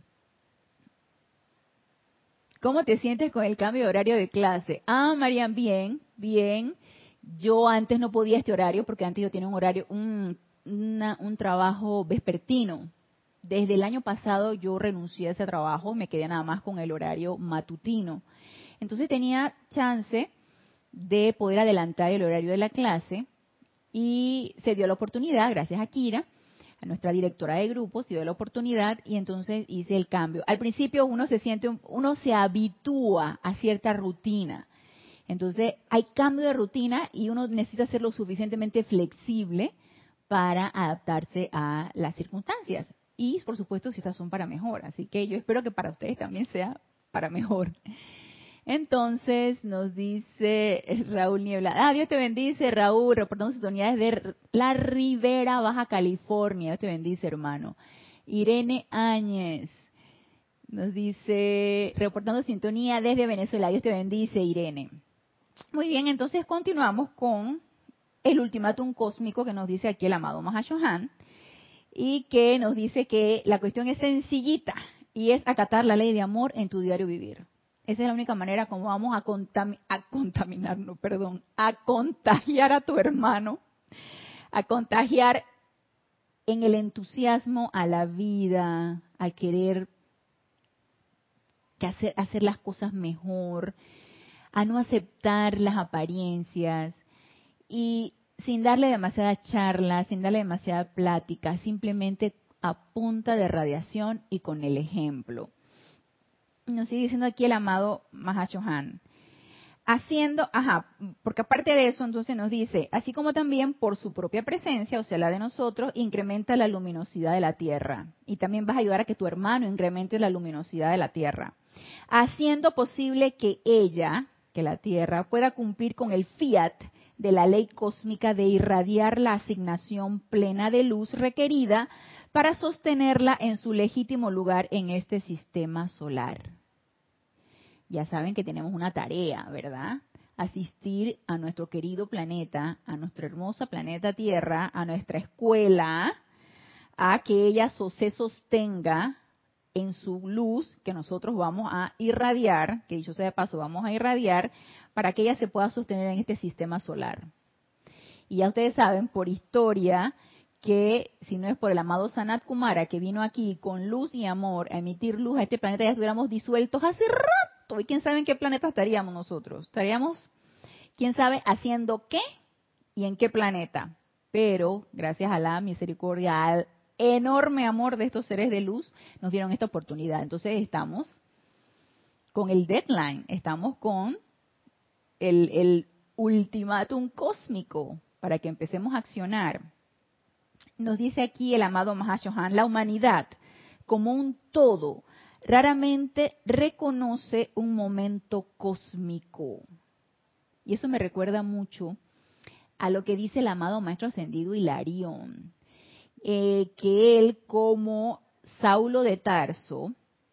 ¿cómo te sientes con el cambio de horario de clase? Ah, Marian, bien, bien. Yo antes no podía este horario porque antes yo tenía un horario, un, una, un trabajo vespertino. Desde el año pasado yo renuncié a ese trabajo y me quedé nada más con el horario matutino. Entonces tenía chance de poder adelantar el horario de la clase. Y se dio la oportunidad, gracias a Kira, a nuestra directora de grupo, se dio la oportunidad y entonces hice el cambio. Al principio uno se siente, uno se habitúa a cierta rutina. Entonces hay cambio de rutina y uno necesita ser lo suficientemente flexible para adaptarse a las circunstancias. Y por supuesto si estas son para mejor. Así que yo espero que para ustedes también sea para mejor. Entonces nos dice Raúl Niebla, ah, Dios te bendice, Raúl, reportando sintonía desde la Ribera, Baja California. Dios te bendice, hermano. Irene Áñez nos dice, reportando sintonía desde Venezuela. Dios te bendice, Irene. Muy bien, entonces continuamos con el ultimátum cósmico que nos dice aquí el amado Mahashohan y que nos dice que la cuestión es sencillita y es acatar la ley de amor en tu diario vivir. Esa es la única manera como vamos a, contami a contaminar, no, perdón, a contagiar a tu hermano, a contagiar en el entusiasmo a la vida, a querer que hacer, hacer las cosas mejor, a no aceptar las apariencias y sin darle demasiada charla, sin darle demasiada plática, simplemente a punta de radiación y con el ejemplo. Nos sigue diciendo aquí el amado Mahashohan. Haciendo, ajá, porque aparte de eso, entonces nos dice, así como también por su propia presencia, o sea, la de nosotros, incrementa la luminosidad de la Tierra. Y también vas a ayudar a que tu hermano incremente la luminosidad de la Tierra. Haciendo posible que ella, que la Tierra, pueda cumplir con el fiat de la ley cósmica de irradiar la asignación plena de luz requerida para sostenerla en su legítimo lugar en este sistema solar. Ya saben que tenemos una tarea, ¿verdad? Asistir a nuestro querido planeta, a nuestro hermoso planeta Tierra, a nuestra escuela, a que ella se sostenga en su luz que nosotros vamos a irradiar, que dicho sea de paso, vamos a irradiar, para que ella se pueda sostener en este sistema solar. Y ya ustedes saben, por historia, que si no es por el amado Sanat Kumara, que vino aquí con luz y amor a emitir luz a este planeta, ya estuviéramos disueltos hace rato. ¿Y quién sabe en qué planeta estaríamos nosotros? Estaríamos, quién sabe, haciendo qué y en qué planeta. Pero, gracias a la misericordia, al enorme amor de estos seres de luz, nos dieron esta oportunidad. Entonces estamos con el deadline, estamos con el, el ultimátum cósmico para que empecemos a accionar. Nos dice aquí el amado Mahashohan, la humanidad como un todo raramente reconoce un momento cósmico. Y eso me recuerda mucho a lo que dice el amado Maestro Ascendido Hilarión, eh, que él como Saulo de Tarso,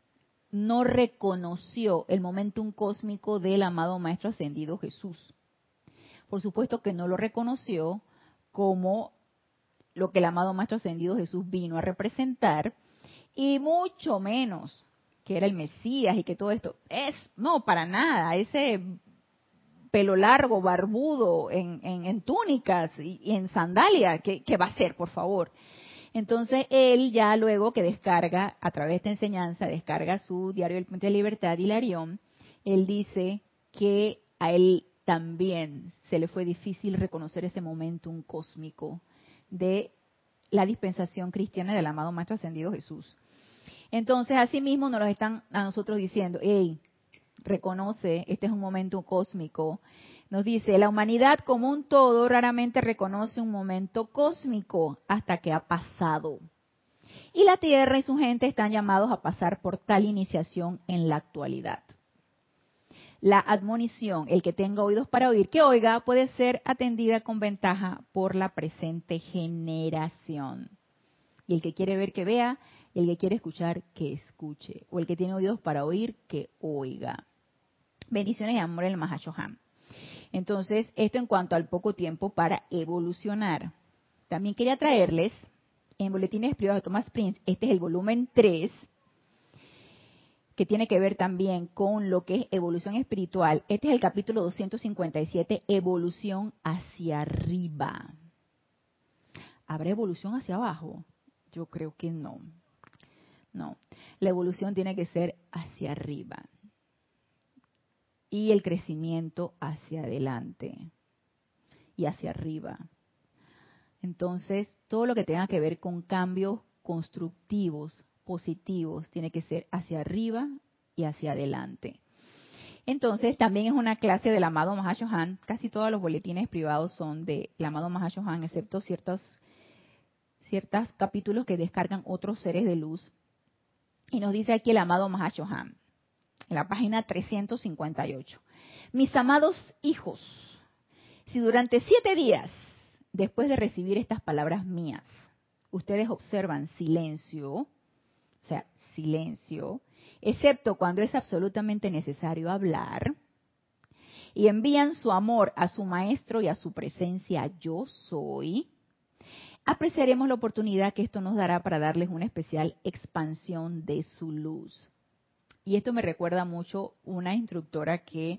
no reconoció el momentum cósmico del amado Maestro Ascendido Jesús. Por supuesto que no lo reconoció como lo que el amado Maestro Ascendido Jesús vino a representar, y mucho menos que era el Mesías y que todo esto es, no, para nada, ese pelo largo, barbudo, en, en, en túnicas y, y en sandalias, ¿qué, ¿qué va a hacer, por favor? Entonces él ya luego que descarga, a través de esta enseñanza, descarga su diario del Puente de Libertad, Hilarión, él dice que a él también se le fue difícil reconocer ese momentum cósmico de la dispensación cristiana del amado Maestro Ascendido Jesús. Entonces, asimismo nos lo están a nosotros diciendo, hey, reconoce, este es un momento cósmico. Nos dice, la humanidad como un todo raramente reconoce un momento cósmico hasta que ha pasado. Y la Tierra y su gente están llamados a pasar por tal iniciación en la actualidad. La admonición, el que tenga oídos para oír, que oiga, puede ser atendida con ventaja por la presente generación. Y el que quiere ver, que vea, y el que quiere escuchar, que escuche. O el que tiene oídos para oír, que oiga. Bendiciones y amor en el Mahashohan. Entonces, esto en cuanto al poco tiempo para evolucionar. También quería traerles, en Boletines Privados de Thomas Prince, este es el volumen tres, que tiene que ver también con lo que es evolución espiritual. Este es el capítulo doscientos cincuenta y siete, evolución hacia arriba. ¿Habrá evolución hacia abajo? Yo creo que no. No, la evolución tiene que ser hacia arriba. Y el crecimiento hacia adelante y hacia arriba. Entonces, todo lo que tenga que ver con cambios constructivos, positivos, tiene que ser hacia arriba y hacia adelante. Entonces, también es una clase del amado Mahashohan. Casi todos los boletines privados son del amado Mahashohan, excepto ciertos, ciertos capítulos que descargan otros seres de luz. Y nos dice aquí el amado Mahashohan, en la página trescientos cincuenta y ocho. Mis amados hijos, si durante siete días, después de recibir estas palabras mías, ustedes observan silencio, o sea, silencio, excepto cuando es absolutamente necesario hablar, y envían su amor a su maestro y a su presencia yo soy, apreciaremos la oportunidad que esto nos dará para darles una especial expansión de su luz. Y esto me recuerda mucho una instructora que,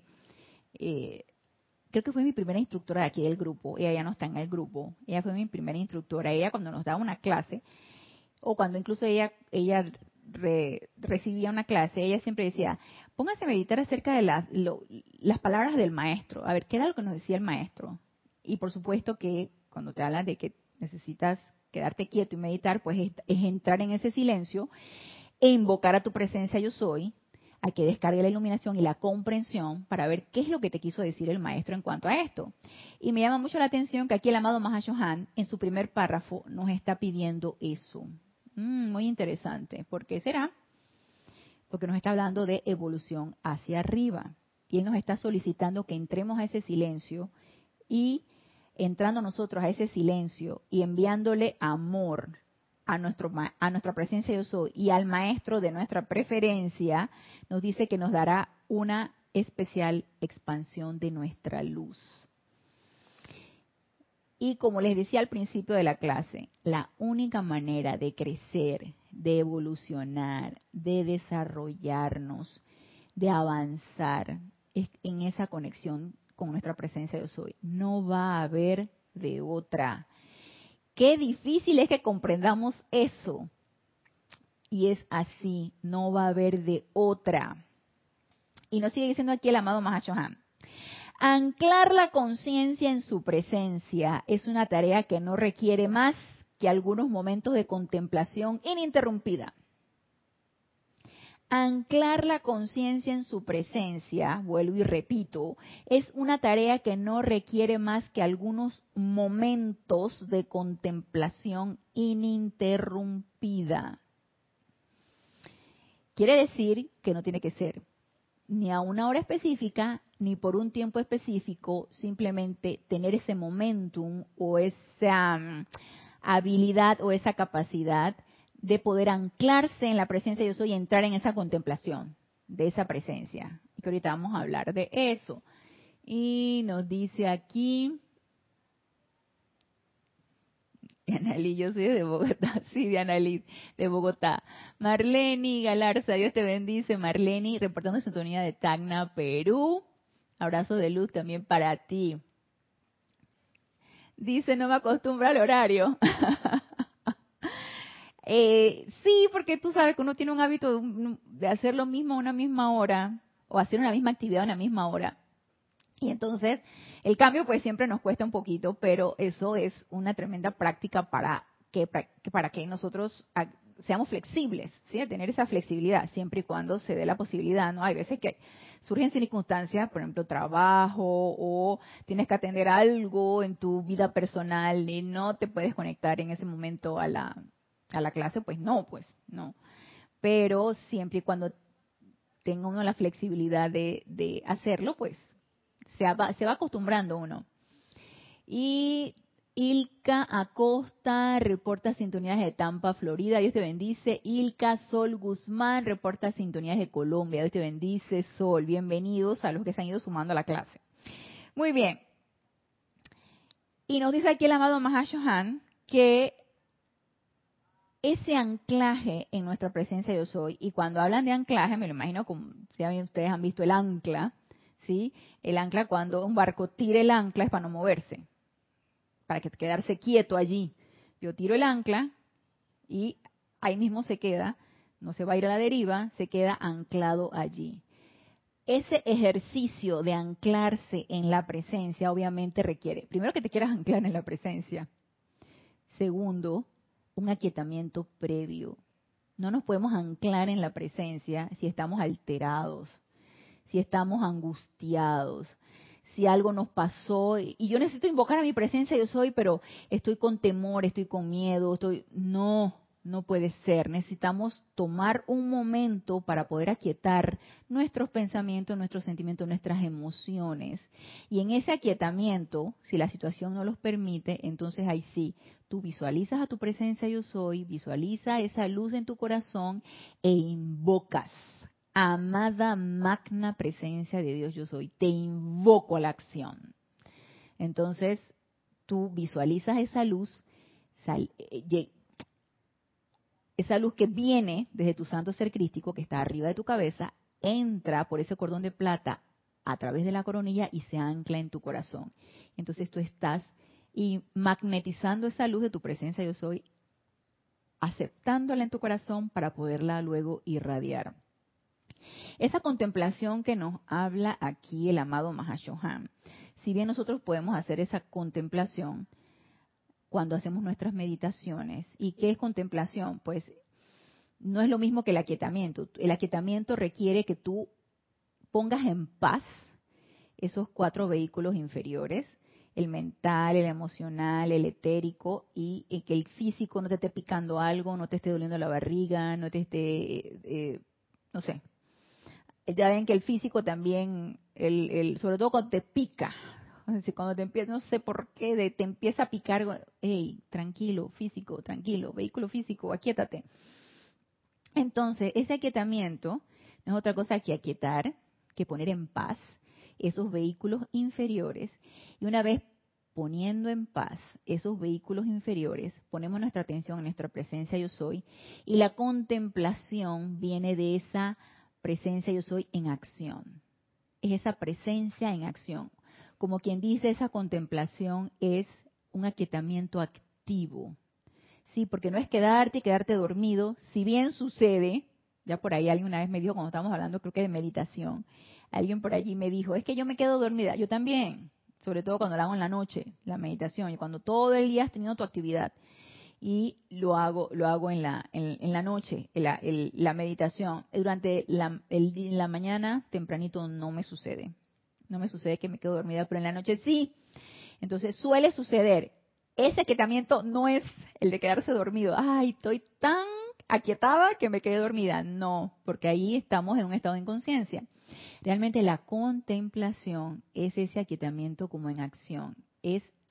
eh, creo que fue mi primera instructora de aquí del grupo, ella ya no está en el grupo, ella fue mi primera instructora, ella cuando nos daba una clase, o cuando incluso ella, ella re, recibía una clase, ella siempre decía, póngase a meditar acerca de las, lo, las palabras del maestro, a ver, ¿qué era lo que nos decía el maestro? Y por supuesto que cuando te hablan de que necesitas quedarte quieto y meditar, pues es, es entrar en ese silencio e invocar a tu presencia yo soy, a que descargue la iluminación y la comprensión para ver qué es lo que te quiso decir el maestro en cuanto a esto. Y me llama mucho la atención que aquí el amado Mahashohan, en su primer párrafo, nos está pidiendo eso. Mm, muy interesante. ¿Por qué será? Porque nos está hablando de evolución hacia arriba. Y él nos está solicitando que entremos a ese silencio y entrando nosotros a ese silencio y enviándole amor a nuestro a nuestra presencia yo soy y al maestro de nuestra preferencia, nos dice que nos dará una especial expansión de nuestra luz. Y como les decía al principio de la clase, la única manera de crecer, de evolucionar, de desarrollarnos, de avanzar es en esa conexión con nuestra presencia yo soy. No va a haber de otra. Qué difícil es que comprendamos eso. Y es así, no va a haber de otra. Y nos sigue diciendo aquí el amado Mahashohan. Anclar la conciencia en su presencia es una tarea que no requiere más que algunos momentos de contemplación ininterrumpida. Anclar la conciencia en su presencia, vuelvo y repito, es una tarea que no requiere más que algunos momentos de contemplación ininterrumpida. Quiere decir que no tiene que ser ni a una hora específica, ni por un tiempo específico, simplemente tener ese momentum o esa um, habilidad o esa capacidad de poder anclarse en la presencia yo soy y entrar en esa contemplación de esa presencia. Y que ahorita vamos a hablar de eso. Y nos dice aquí, Dianali, yo soy de Bogotá, sí, Dianali, de Bogotá. Marleni Galarza, Dios te bendice. Marleni, reportando sintonía de Tacna, Perú. Abrazo de luz también para ti. Dice, no me acostumbro al horario. eh, sí, porque tú sabes que uno tiene un hábito de, de hacer lo mismo a una misma hora, o hacer una misma actividad a una misma hora. Y entonces, el cambio pues siempre nos cuesta un poquito, pero eso es una tremenda práctica para que, para que nosotros seamos flexibles, ¿sí? Tener esa flexibilidad, siempre y cuando se dé la posibilidad, ¿no? Hay veces que surgen circunstancias, por ejemplo, trabajo, o tienes que atender algo en tu vida personal y no te puedes conectar en ese momento a la, a la clase, pues no, pues no. Pero siempre y cuando tenga uno la flexibilidad de, de hacerlo, pues se va, se va acostumbrando uno. Y Ilka Acosta reporta sintonías de Tampa, Florida. Dios te bendice. Ilka Sol Guzmán reporta sintonías de Colombia. Dios te bendice, Sol. Bienvenidos a los que se han ido sumando a la clase. Muy bien. Y nos dice aquí el amado Mahashohan que ese anclaje en nuestra presencia yo soy, y cuando hablan de anclaje, me lo imagino como si ustedes han visto el ancla, ¿sí? El ancla, cuando un barco tira el ancla es para no moverse, para que quedarse quieto allí. Yo tiro el ancla y ahí mismo se queda, no se va a ir a la deriva, se queda anclado allí. Ese ejercicio de anclarse en la presencia obviamente requiere, primero, que te quieras anclar en la presencia. Segundo, un aquietamiento previo. No nos podemos anclar en la presencia si estamos alterados, si estamos angustiados, si algo nos pasó y yo necesito invocar a mi presencia yo soy, pero estoy con temor, estoy con miedo, estoy no, no puede ser. Necesitamos tomar un momento para poder aquietar nuestros pensamientos, nuestros sentimientos, nuestras emociones. Y en ese aquietamiento, si la situación no los permite, entonces ahí sí, tú visualizas a tu presencia yo soy, visualiza esa luz en tu corazón e invocas. Amada magna presencia de Dios yo soy, te invoco a la acción. Entonces, tú visualizas esa luz, sal, eh, esa luz que viene desde tu santo ser crístico, que está arriba de tu cabeza, entra por ese cordón de plata a través de la coronilla y se ancla en tu corazón. Entonces tú estás y magnetizando esa luz de tu presencia yo soy, aceptándola en tu corazón para poderla luego irradiar. Esa contemplación que nos habla aquí el amado Mahashohan, si bien nosotros podemos hacer esa contemplación cuando hacemos nuestras meditaciones, ¿y qué es contemplación? Pues no es lo mismo que el aquietamiento. El aquietamiento requiere que tú pongas en paz esos cuatro vehículos inferiores, el mental, el emocional, el etérico, y, y que el físico no te esté picando algo, no te esté doliendo la barriga, no te esté, eh, no sé. Ya ven que el físico también, el, el, sobre todo cuando te pica, cuando te empieza, no sé por qué, de, te empieza a picar, hey, tranquilo, físico, tranquilo, vehículo físico, aquíétate. Entonces, ese aquietamiento no es otra cosa que aquietar, que poner en paz esos vehículos inferiores. Y una vez poniendo en paz esos vehículos inferiores, ponemos nuestra atención en nuestra presencia yo soy, y la contemplación viene de esa presencia yo soy en acción. Es esa presencia en acción. Como quien dice, esa contemplación es un aquietamiento activo. Sí, porque no es quedarte y quedarte dormido. Si bien sucede, ya por ahí alguien una vez me dijo, cuando estábamos hablando creo que de meditación, alguien por allí me dijo, es que yo me quedo dormida. Yo también, sobre todo cuando lo hago en la noche, la meditación, y cuando todo el día has tenido tu actividad. Y lo hago lo hago en la en, en la noche, en la, el, la meditación. Durante la, el, en la mañana, tempranito, no me sucede. No me sucede que me quedo dormida, pero en la noche sí. Entonces suele suceder. Ese aquietamiento no es el de quedarse dormido. Ay, estoy tan aquietada que me quedé dormida. No, porque ahí estamos en un estado de inconsciencia. Realmente la contemplación es ese aquietamiento como en acción. Es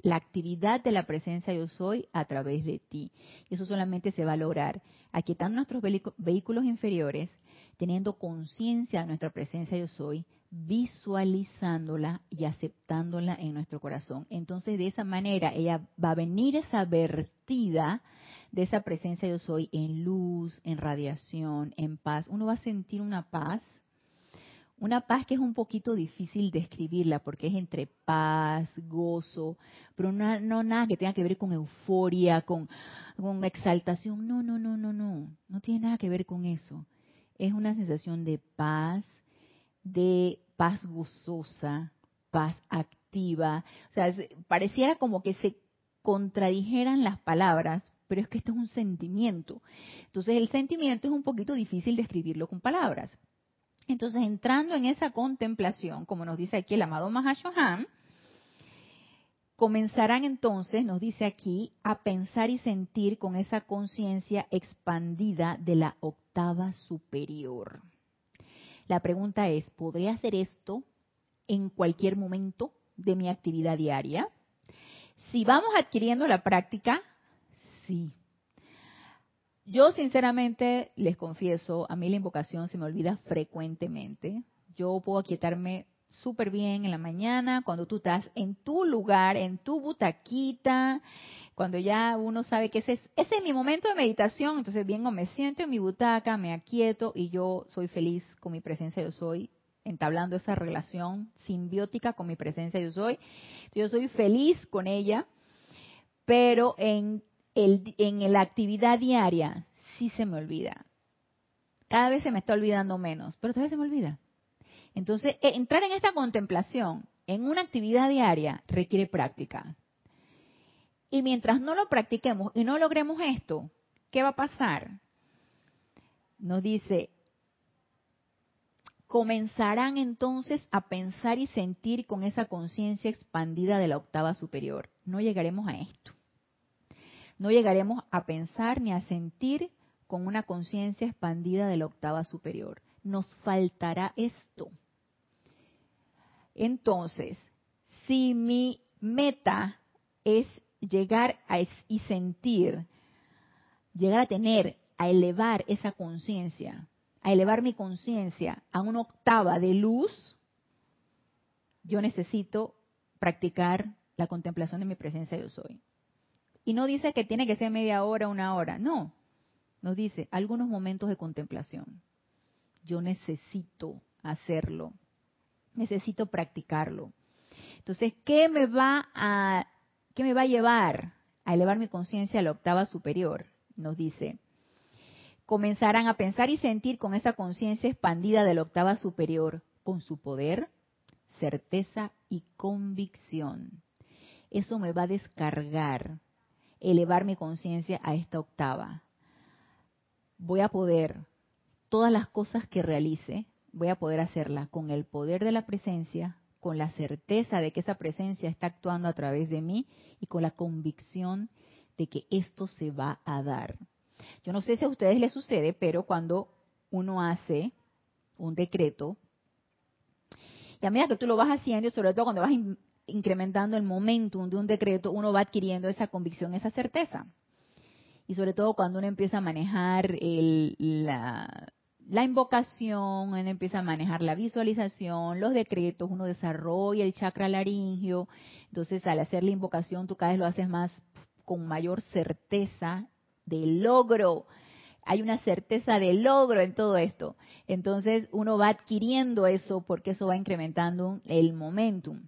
la actividad de la presencia yo soy a través de ti. Y eso solamente se va a lograr aquietando nuestros vehículos inferiores, teniendo conciencia de nuestra presencia yo soy, visualizándola y aceptándola en nuestro corazón. Entonces, de esa manera, ella va a venir esa vertida de esa presencia yo soy en luz, en radiación, en paz. Uno va a sentir una paz, una paz que es un poquito difícil describirla porque es entre paz, gozo, pero no, no nada que tenga que ver con euforia, con, con exaltación. No, no, no, no, no. No tiene nada que ver con eso. Es una sensación de paz, de paz gozosa, paz activa. O sea, pareciera como que se contradijeran las palabras, pero es que esto es un sentimiento. Entonces el sentimiento es un poquito difícil describirlo con palabras. Entonces, entrando en esa contemplación, como nos dice aquí el amado Mahashohan, comenzarán entonces, nos dice aquí, a pensar y sentir con esa conciencia expandida de la octava superior. La pregunta es, ¿podré hacer esto en cualquier momento de mi actividad diaria? Si vamos adquiriendo la práctica, sí. Yo sinceramente les confieso, a mí la invocación se me olvida frecuentemente. Yo puedo aquietarme súper bien en la mañana, cuando tú estás en tu lugar, en tu butaquita, cuando ya uno sabe que ese es, ese es mi momento de meditación, entonces vengo, me siento en mi butaca, me aquieto y yo soy feliz con mi presencia yo soy, entablando esa relación simbiótica con mi presencia yo soy. Yo soy feliz con ella, pero en El, en la actividad diaria sí se me olvida. Cada vez se me está olvidando menos, pero todavía se me olvida. Entonces, entrar en esta contemplación en una actividad diaria requiere práctica. Y mientras no lo practiquemos y no logremos esto, ¿qué va a pasar? Nos dice, comenzarán entonces a pensar y sentir con esa conciencia expandida de la octava superior. No llegaremos a esto. No llegaremos a pensar ni a sentir con una conciencia expandida de la octava superior. Nos faltará esto. Entonces, si mi meta es llegar a y sentir, llegar a tener, a elevar esa conciencia, a elevar mi conciencia a una octava de luz, yo necesito practicar la contemplación de mi presencia yo soy. Y no dice que tiene que ser media hora, una hora. No. Nos dice algunos momentos de contemplación. Yo necesito hacerlo. Necesito practicarlo. Entonces, ¿qué me va a, qué me va a llevar a elevar mi conciencia a la octava superior? Nos dice, comenzarán a pensar y sentir con esa conciencia expandida de la octava superior, con su poder, certeza y convicción. Eso me va a descargar, elevar mi conciencia a esta octava. Voy a poder, todas las cosas que realice, voy a poder hacerlas con el poder de la presencia, con la certeza de que esa presencia está actuando a través de mí y con la convicción de que esto se va a dar. Yo no sé si a ustedes les sucede, pero cuando uno hace un decreto, y a medida que tú lo vas haciendo, y sobre todo cuando vas in- incrementando el momentum de un decreto, uno va adquiriendo esa convicción, esa certeza. Y sobre todo cuando uno empieza a manejar el, la, la invocación, uno empieza a manejar la visualización, los decretos, uno desarrolla el chakra laringio. Entonces, al hacer la invocación, tú cada vez lo haces más con mayor certeza de logro. Hay una certeza de logro en todo esto. Entonces, uno va adquiriendo eso porque eso va incrementando el momentum.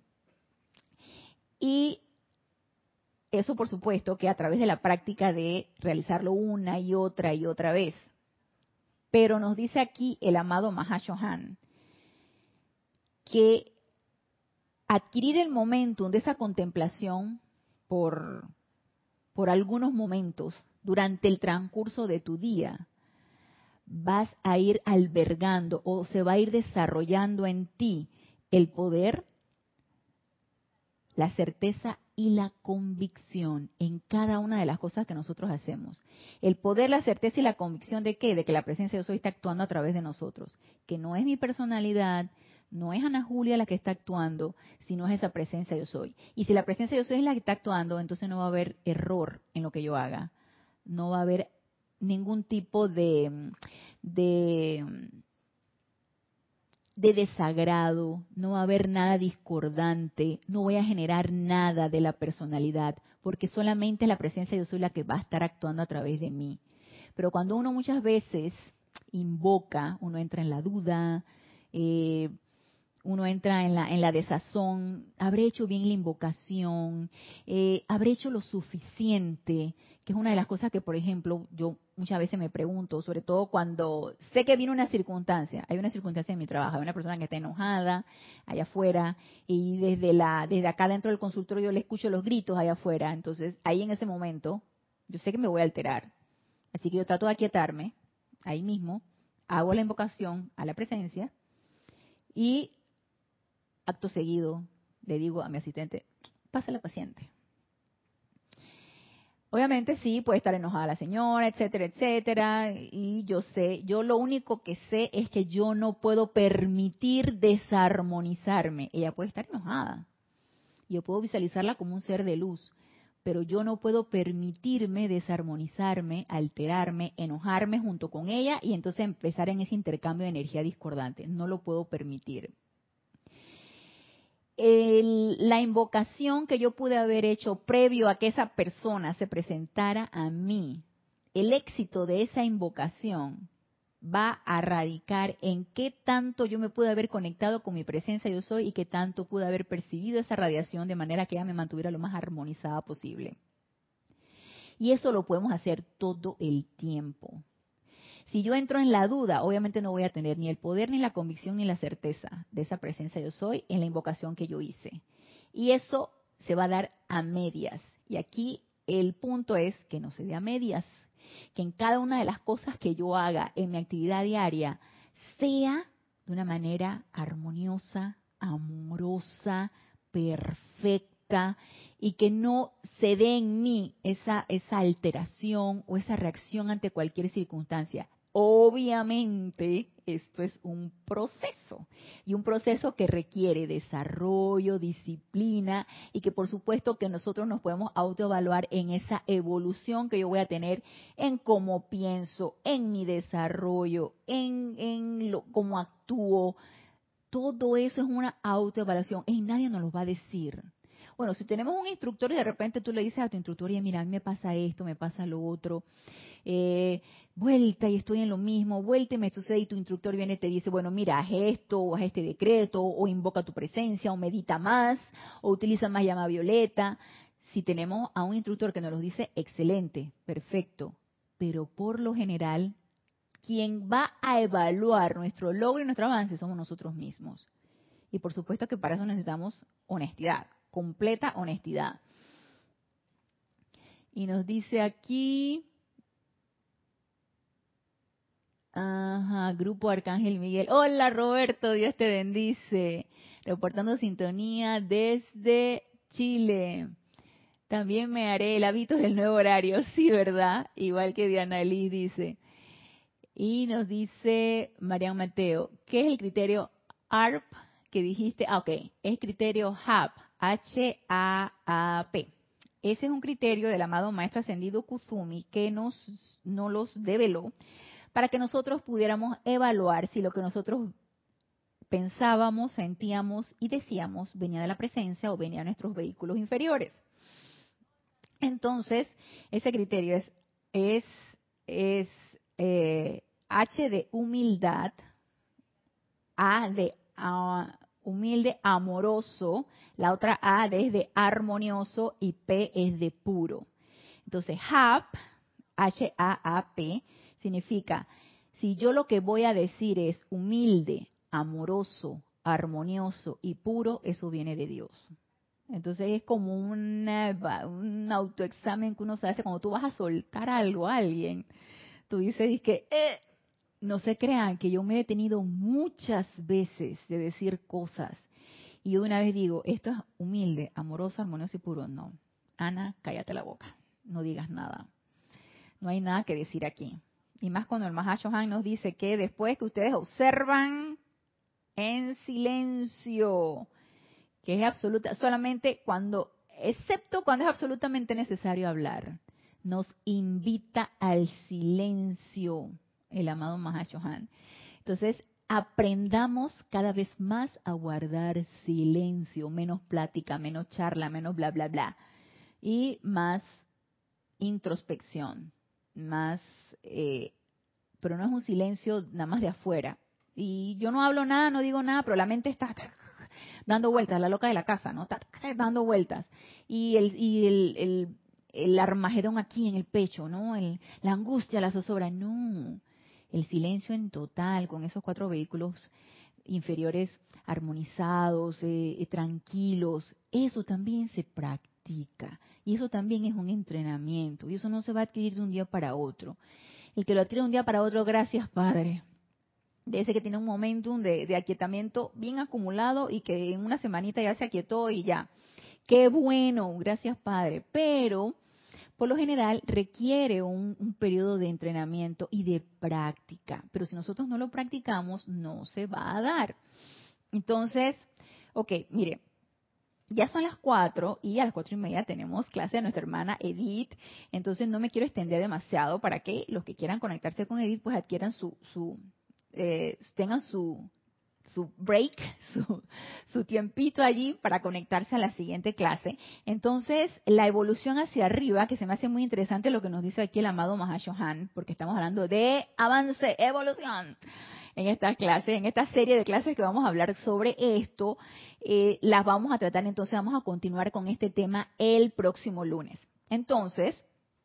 Y eso, por supuesto, que a través de la práctica de realizarlo una y otra y otra vez. Pero nos dice aquí el amado Mahashohan que adquirir el momentum de esa contemplación por, por algunos momentos durante el transcurso de tu día, vas a ir albergando o se va a ir desarrollando en ti el poder, la certeza y la convicción en cada una de las cosas que nosotros hacemos. El poder, la certeza y la convicción de qué? De que la presencia de Dios hoy está actuando a través de nosotros. Que no es mi personalidad, No es Ana Julia la que está actuando, sino es esa presencia yo soy. Y si la presencia yo soy es la que está actuando, entonces no va a haber error en lo que yo haga. No va a haber ningún tipo de, de, de desagrado, no va a haber nada discordante, no voy a generar nada de la personalidad, porque solamente la presencia yo soy la que va a estar actuando a través de mí. Pero cuando uno muchas veces invoca, uno entra en la duda, eh, uno entra en la, en la desazón, habré hecho bien la invocación, eh, habré hecho lo suficiente, que es una de las cosas que, por ejemplo, yo muchas veces me pregunto, sobre todo cuando sé que viene una circunstancia, hay una circunstancia en mi trabajo, hay una persona que está enojada allá afuera, y desde la, desde acá dentro del consultorio yo le escucho los gritos allá afuera, entonces ahí en ese momento, yo sé que me voy a alterar, así que yo trato de aquietarme, ahí mismo, hago la invocación a la presencia, y acto seguido, le digo a mi asistente, pasa la paciente. Obviamente sí, puede estar enojada la señora, etcétera, etcétera. Y yo sé, yo lo único que sé es que yo no puedo permitir desarmonizarme. Ella puede estar enojada. Yo puedo visualizarla como un ser de luz. Pero yo no puedo permitirme desarmonizarme, alterarme, enojarme junto con ella y entonces empezar en ese intercambio de energía discordante. No lo puedo permitir. El, la invocación que yo pude haber hecho previo a que esa persona se presentara a mí, el éxito de esa invocación va a radicar en qué tanto yo me pude haber conectado con mi presencia yo soy y qué tanto pude haber percibido esa radiación de manera que ella me mantuviera lo más armonizada posible. Y eso lo podemos hacer todo el tiempo. Si yo entro en la duda, obviamente no voy a tener ni el poder, ni la convicción, ni la certeza de esa presencia yo soy en la invocación que yo hice. Y eso se va a dar a medias. Y aquí el punto es que no se dé a medias. Que en cada una de las cosas que yo haga en mi actividad diaria sea de una manera armoniosa, amorosa, perfecta, y que no se dé en mí esa, esa alteración o esa reacción ante cualquier circunstancia. Obviamente, esto es un proceso, y un proceso que requiere desarrollo, disciplina, y que por supuesto que nosotros nos podemos autoevaluar en esa evolución que yo voy a tener en cómo pienso, en mi desarrollo, en, en lo, cómo actúo. Todo eso es una autoevaluación y nadie nos lo va a decir. Bueno, si tenemos un instructor y de repente tú le dices a tu instructor, y mira, a mí me pasa esto, me pasa lo otro, eh, vuelta y estoy en lo mismo, vuelta y me sucede, y tu instructor viene y te dice, bueno, mira, haz esto, o haz este decreto, o invoca tu presencia, o medita más, o utiliza más llama violeta. Si tenemos a un instructor que nos lo dice, excelente, perfecto, pero por lo general, quien va a evaluar nuestro logro y nuestro avance somos nosotros mismos. Y por supuesto que para eso necesitamos honestidad, completa honestidad. Y nos dice aquí, ajá, Grupo Arcángel Miguel. Hola Roberto, Dios te bendice. Reportando sintonía desde Chile. También me haré el hábito del nuevo horario, sí, ¿verdad? Igual que Diana Liz dice. Y nos dice Marian Mateo, ¿qué es el criterio A R P que dijiste? Ah, ok, es criterio H A P, H A A P. Ese es un criterio del amado Maestro Ascendido Kusumi que nos, nos los develó para que nosotros pudiéramos evaluar si lo que nosotros pensábamos, sentíamos y decíamos venía de la presencia o venía de nuestros vehículos inferiores. Entonces, ese criterio es, es, es eh, H de humildad, A de uh, humilde, amoroso, la otra A es de armonioso y P es de puro. Entonces, H A P, H A A P, significa, si yo lo que voy a decir es humilde, amoroso, armonioso y puro, eso viene de Dios. Entonces es como una, un autoexamen que uno se hace cuando tú vas a soltar algo a alguien. Tú dices que eh, no se crean que yo me he detenido muchas veces de decir cosas. Y yo una vez digo, esto es humilde, amoroso, armonioso y puro. No, Ana, cállate la boca, no digas nada. No hay nada que decir aquí. Y más cuando el Mahashohan nos dice que después que ustedes observan en silencio, que es absoluta, solamente cuando, excepto cuando es absolutamente necesario hablar. Nos invita al silencio el amado Mahashohan. Entonces, aprendamos cada vez más a guardar silencio, menos plática, menos charla, menos bla, bla, bla. Y más introspección, más, eh, pero no es un silencio nada más de afuera. Y yo no hablo nada, no digo nada, pero la mente está dando vueltas, la loca de la casa, ¿no? Está dando vueltas. Y el, y el, el, el armagedón aquí en el pecho, ¿no? El, la angustia, la zozobra, no. El silencio en total, con esos cuatro vehículos inferiores armonizados, eh, eh, tranquilos, eso también se practica. Y eso también es un entrenamiento. Y eso no se va a adquirir de un día para otro. El que lo adquiere de un día para otro, gracias Padre. De ese que tiene un momentum de, de aquietamiento bien acumulado y que en una semanita ya se aquietó y ya. Qué bueno, gracias Padre. Pero por lo general requiere un, un periodo de entrenamiento y de práctica. Pero si nosotros no lo practicamos, no se va a dar. Entonces, ok, mire, ya son las cuatro y a las cuatro y media tenemos clase de nuestra hermana Edith. Entonces no me quiero extender demasiado para que los que quieran conectarse con Edith pues adquieran su, su eh, tengan su su break, su, su tiempito allí para conectarse a la siguiente clase. Entonces, la evolución hacia arriba, que se me hace muy interesante lo que nos dice aquí el amado Mahashohan, porque estamos hablando de avance, evolución en esta clase, en esta serie de clases que vamos a hablar sobre esto, eh, las vamos a tratar, entonces vamos a continuar con este tema el próximo lunes. Entonces,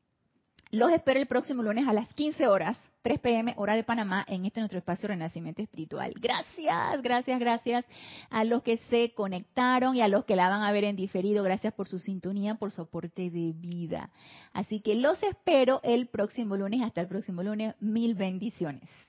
los espero el próximo lunes a las quince horas, tres pe eme, hora de Panamá, en este nuestro espacio Renacimiento Espiritual. Gracias, gracias, gracias a los que se conectaron y a los que la van a ver en diferido. Gracias por su sintonía, por su aporte de vida. Así que los espero el próximo lunes. Hasta el próximo lunes. Mil bendiciones.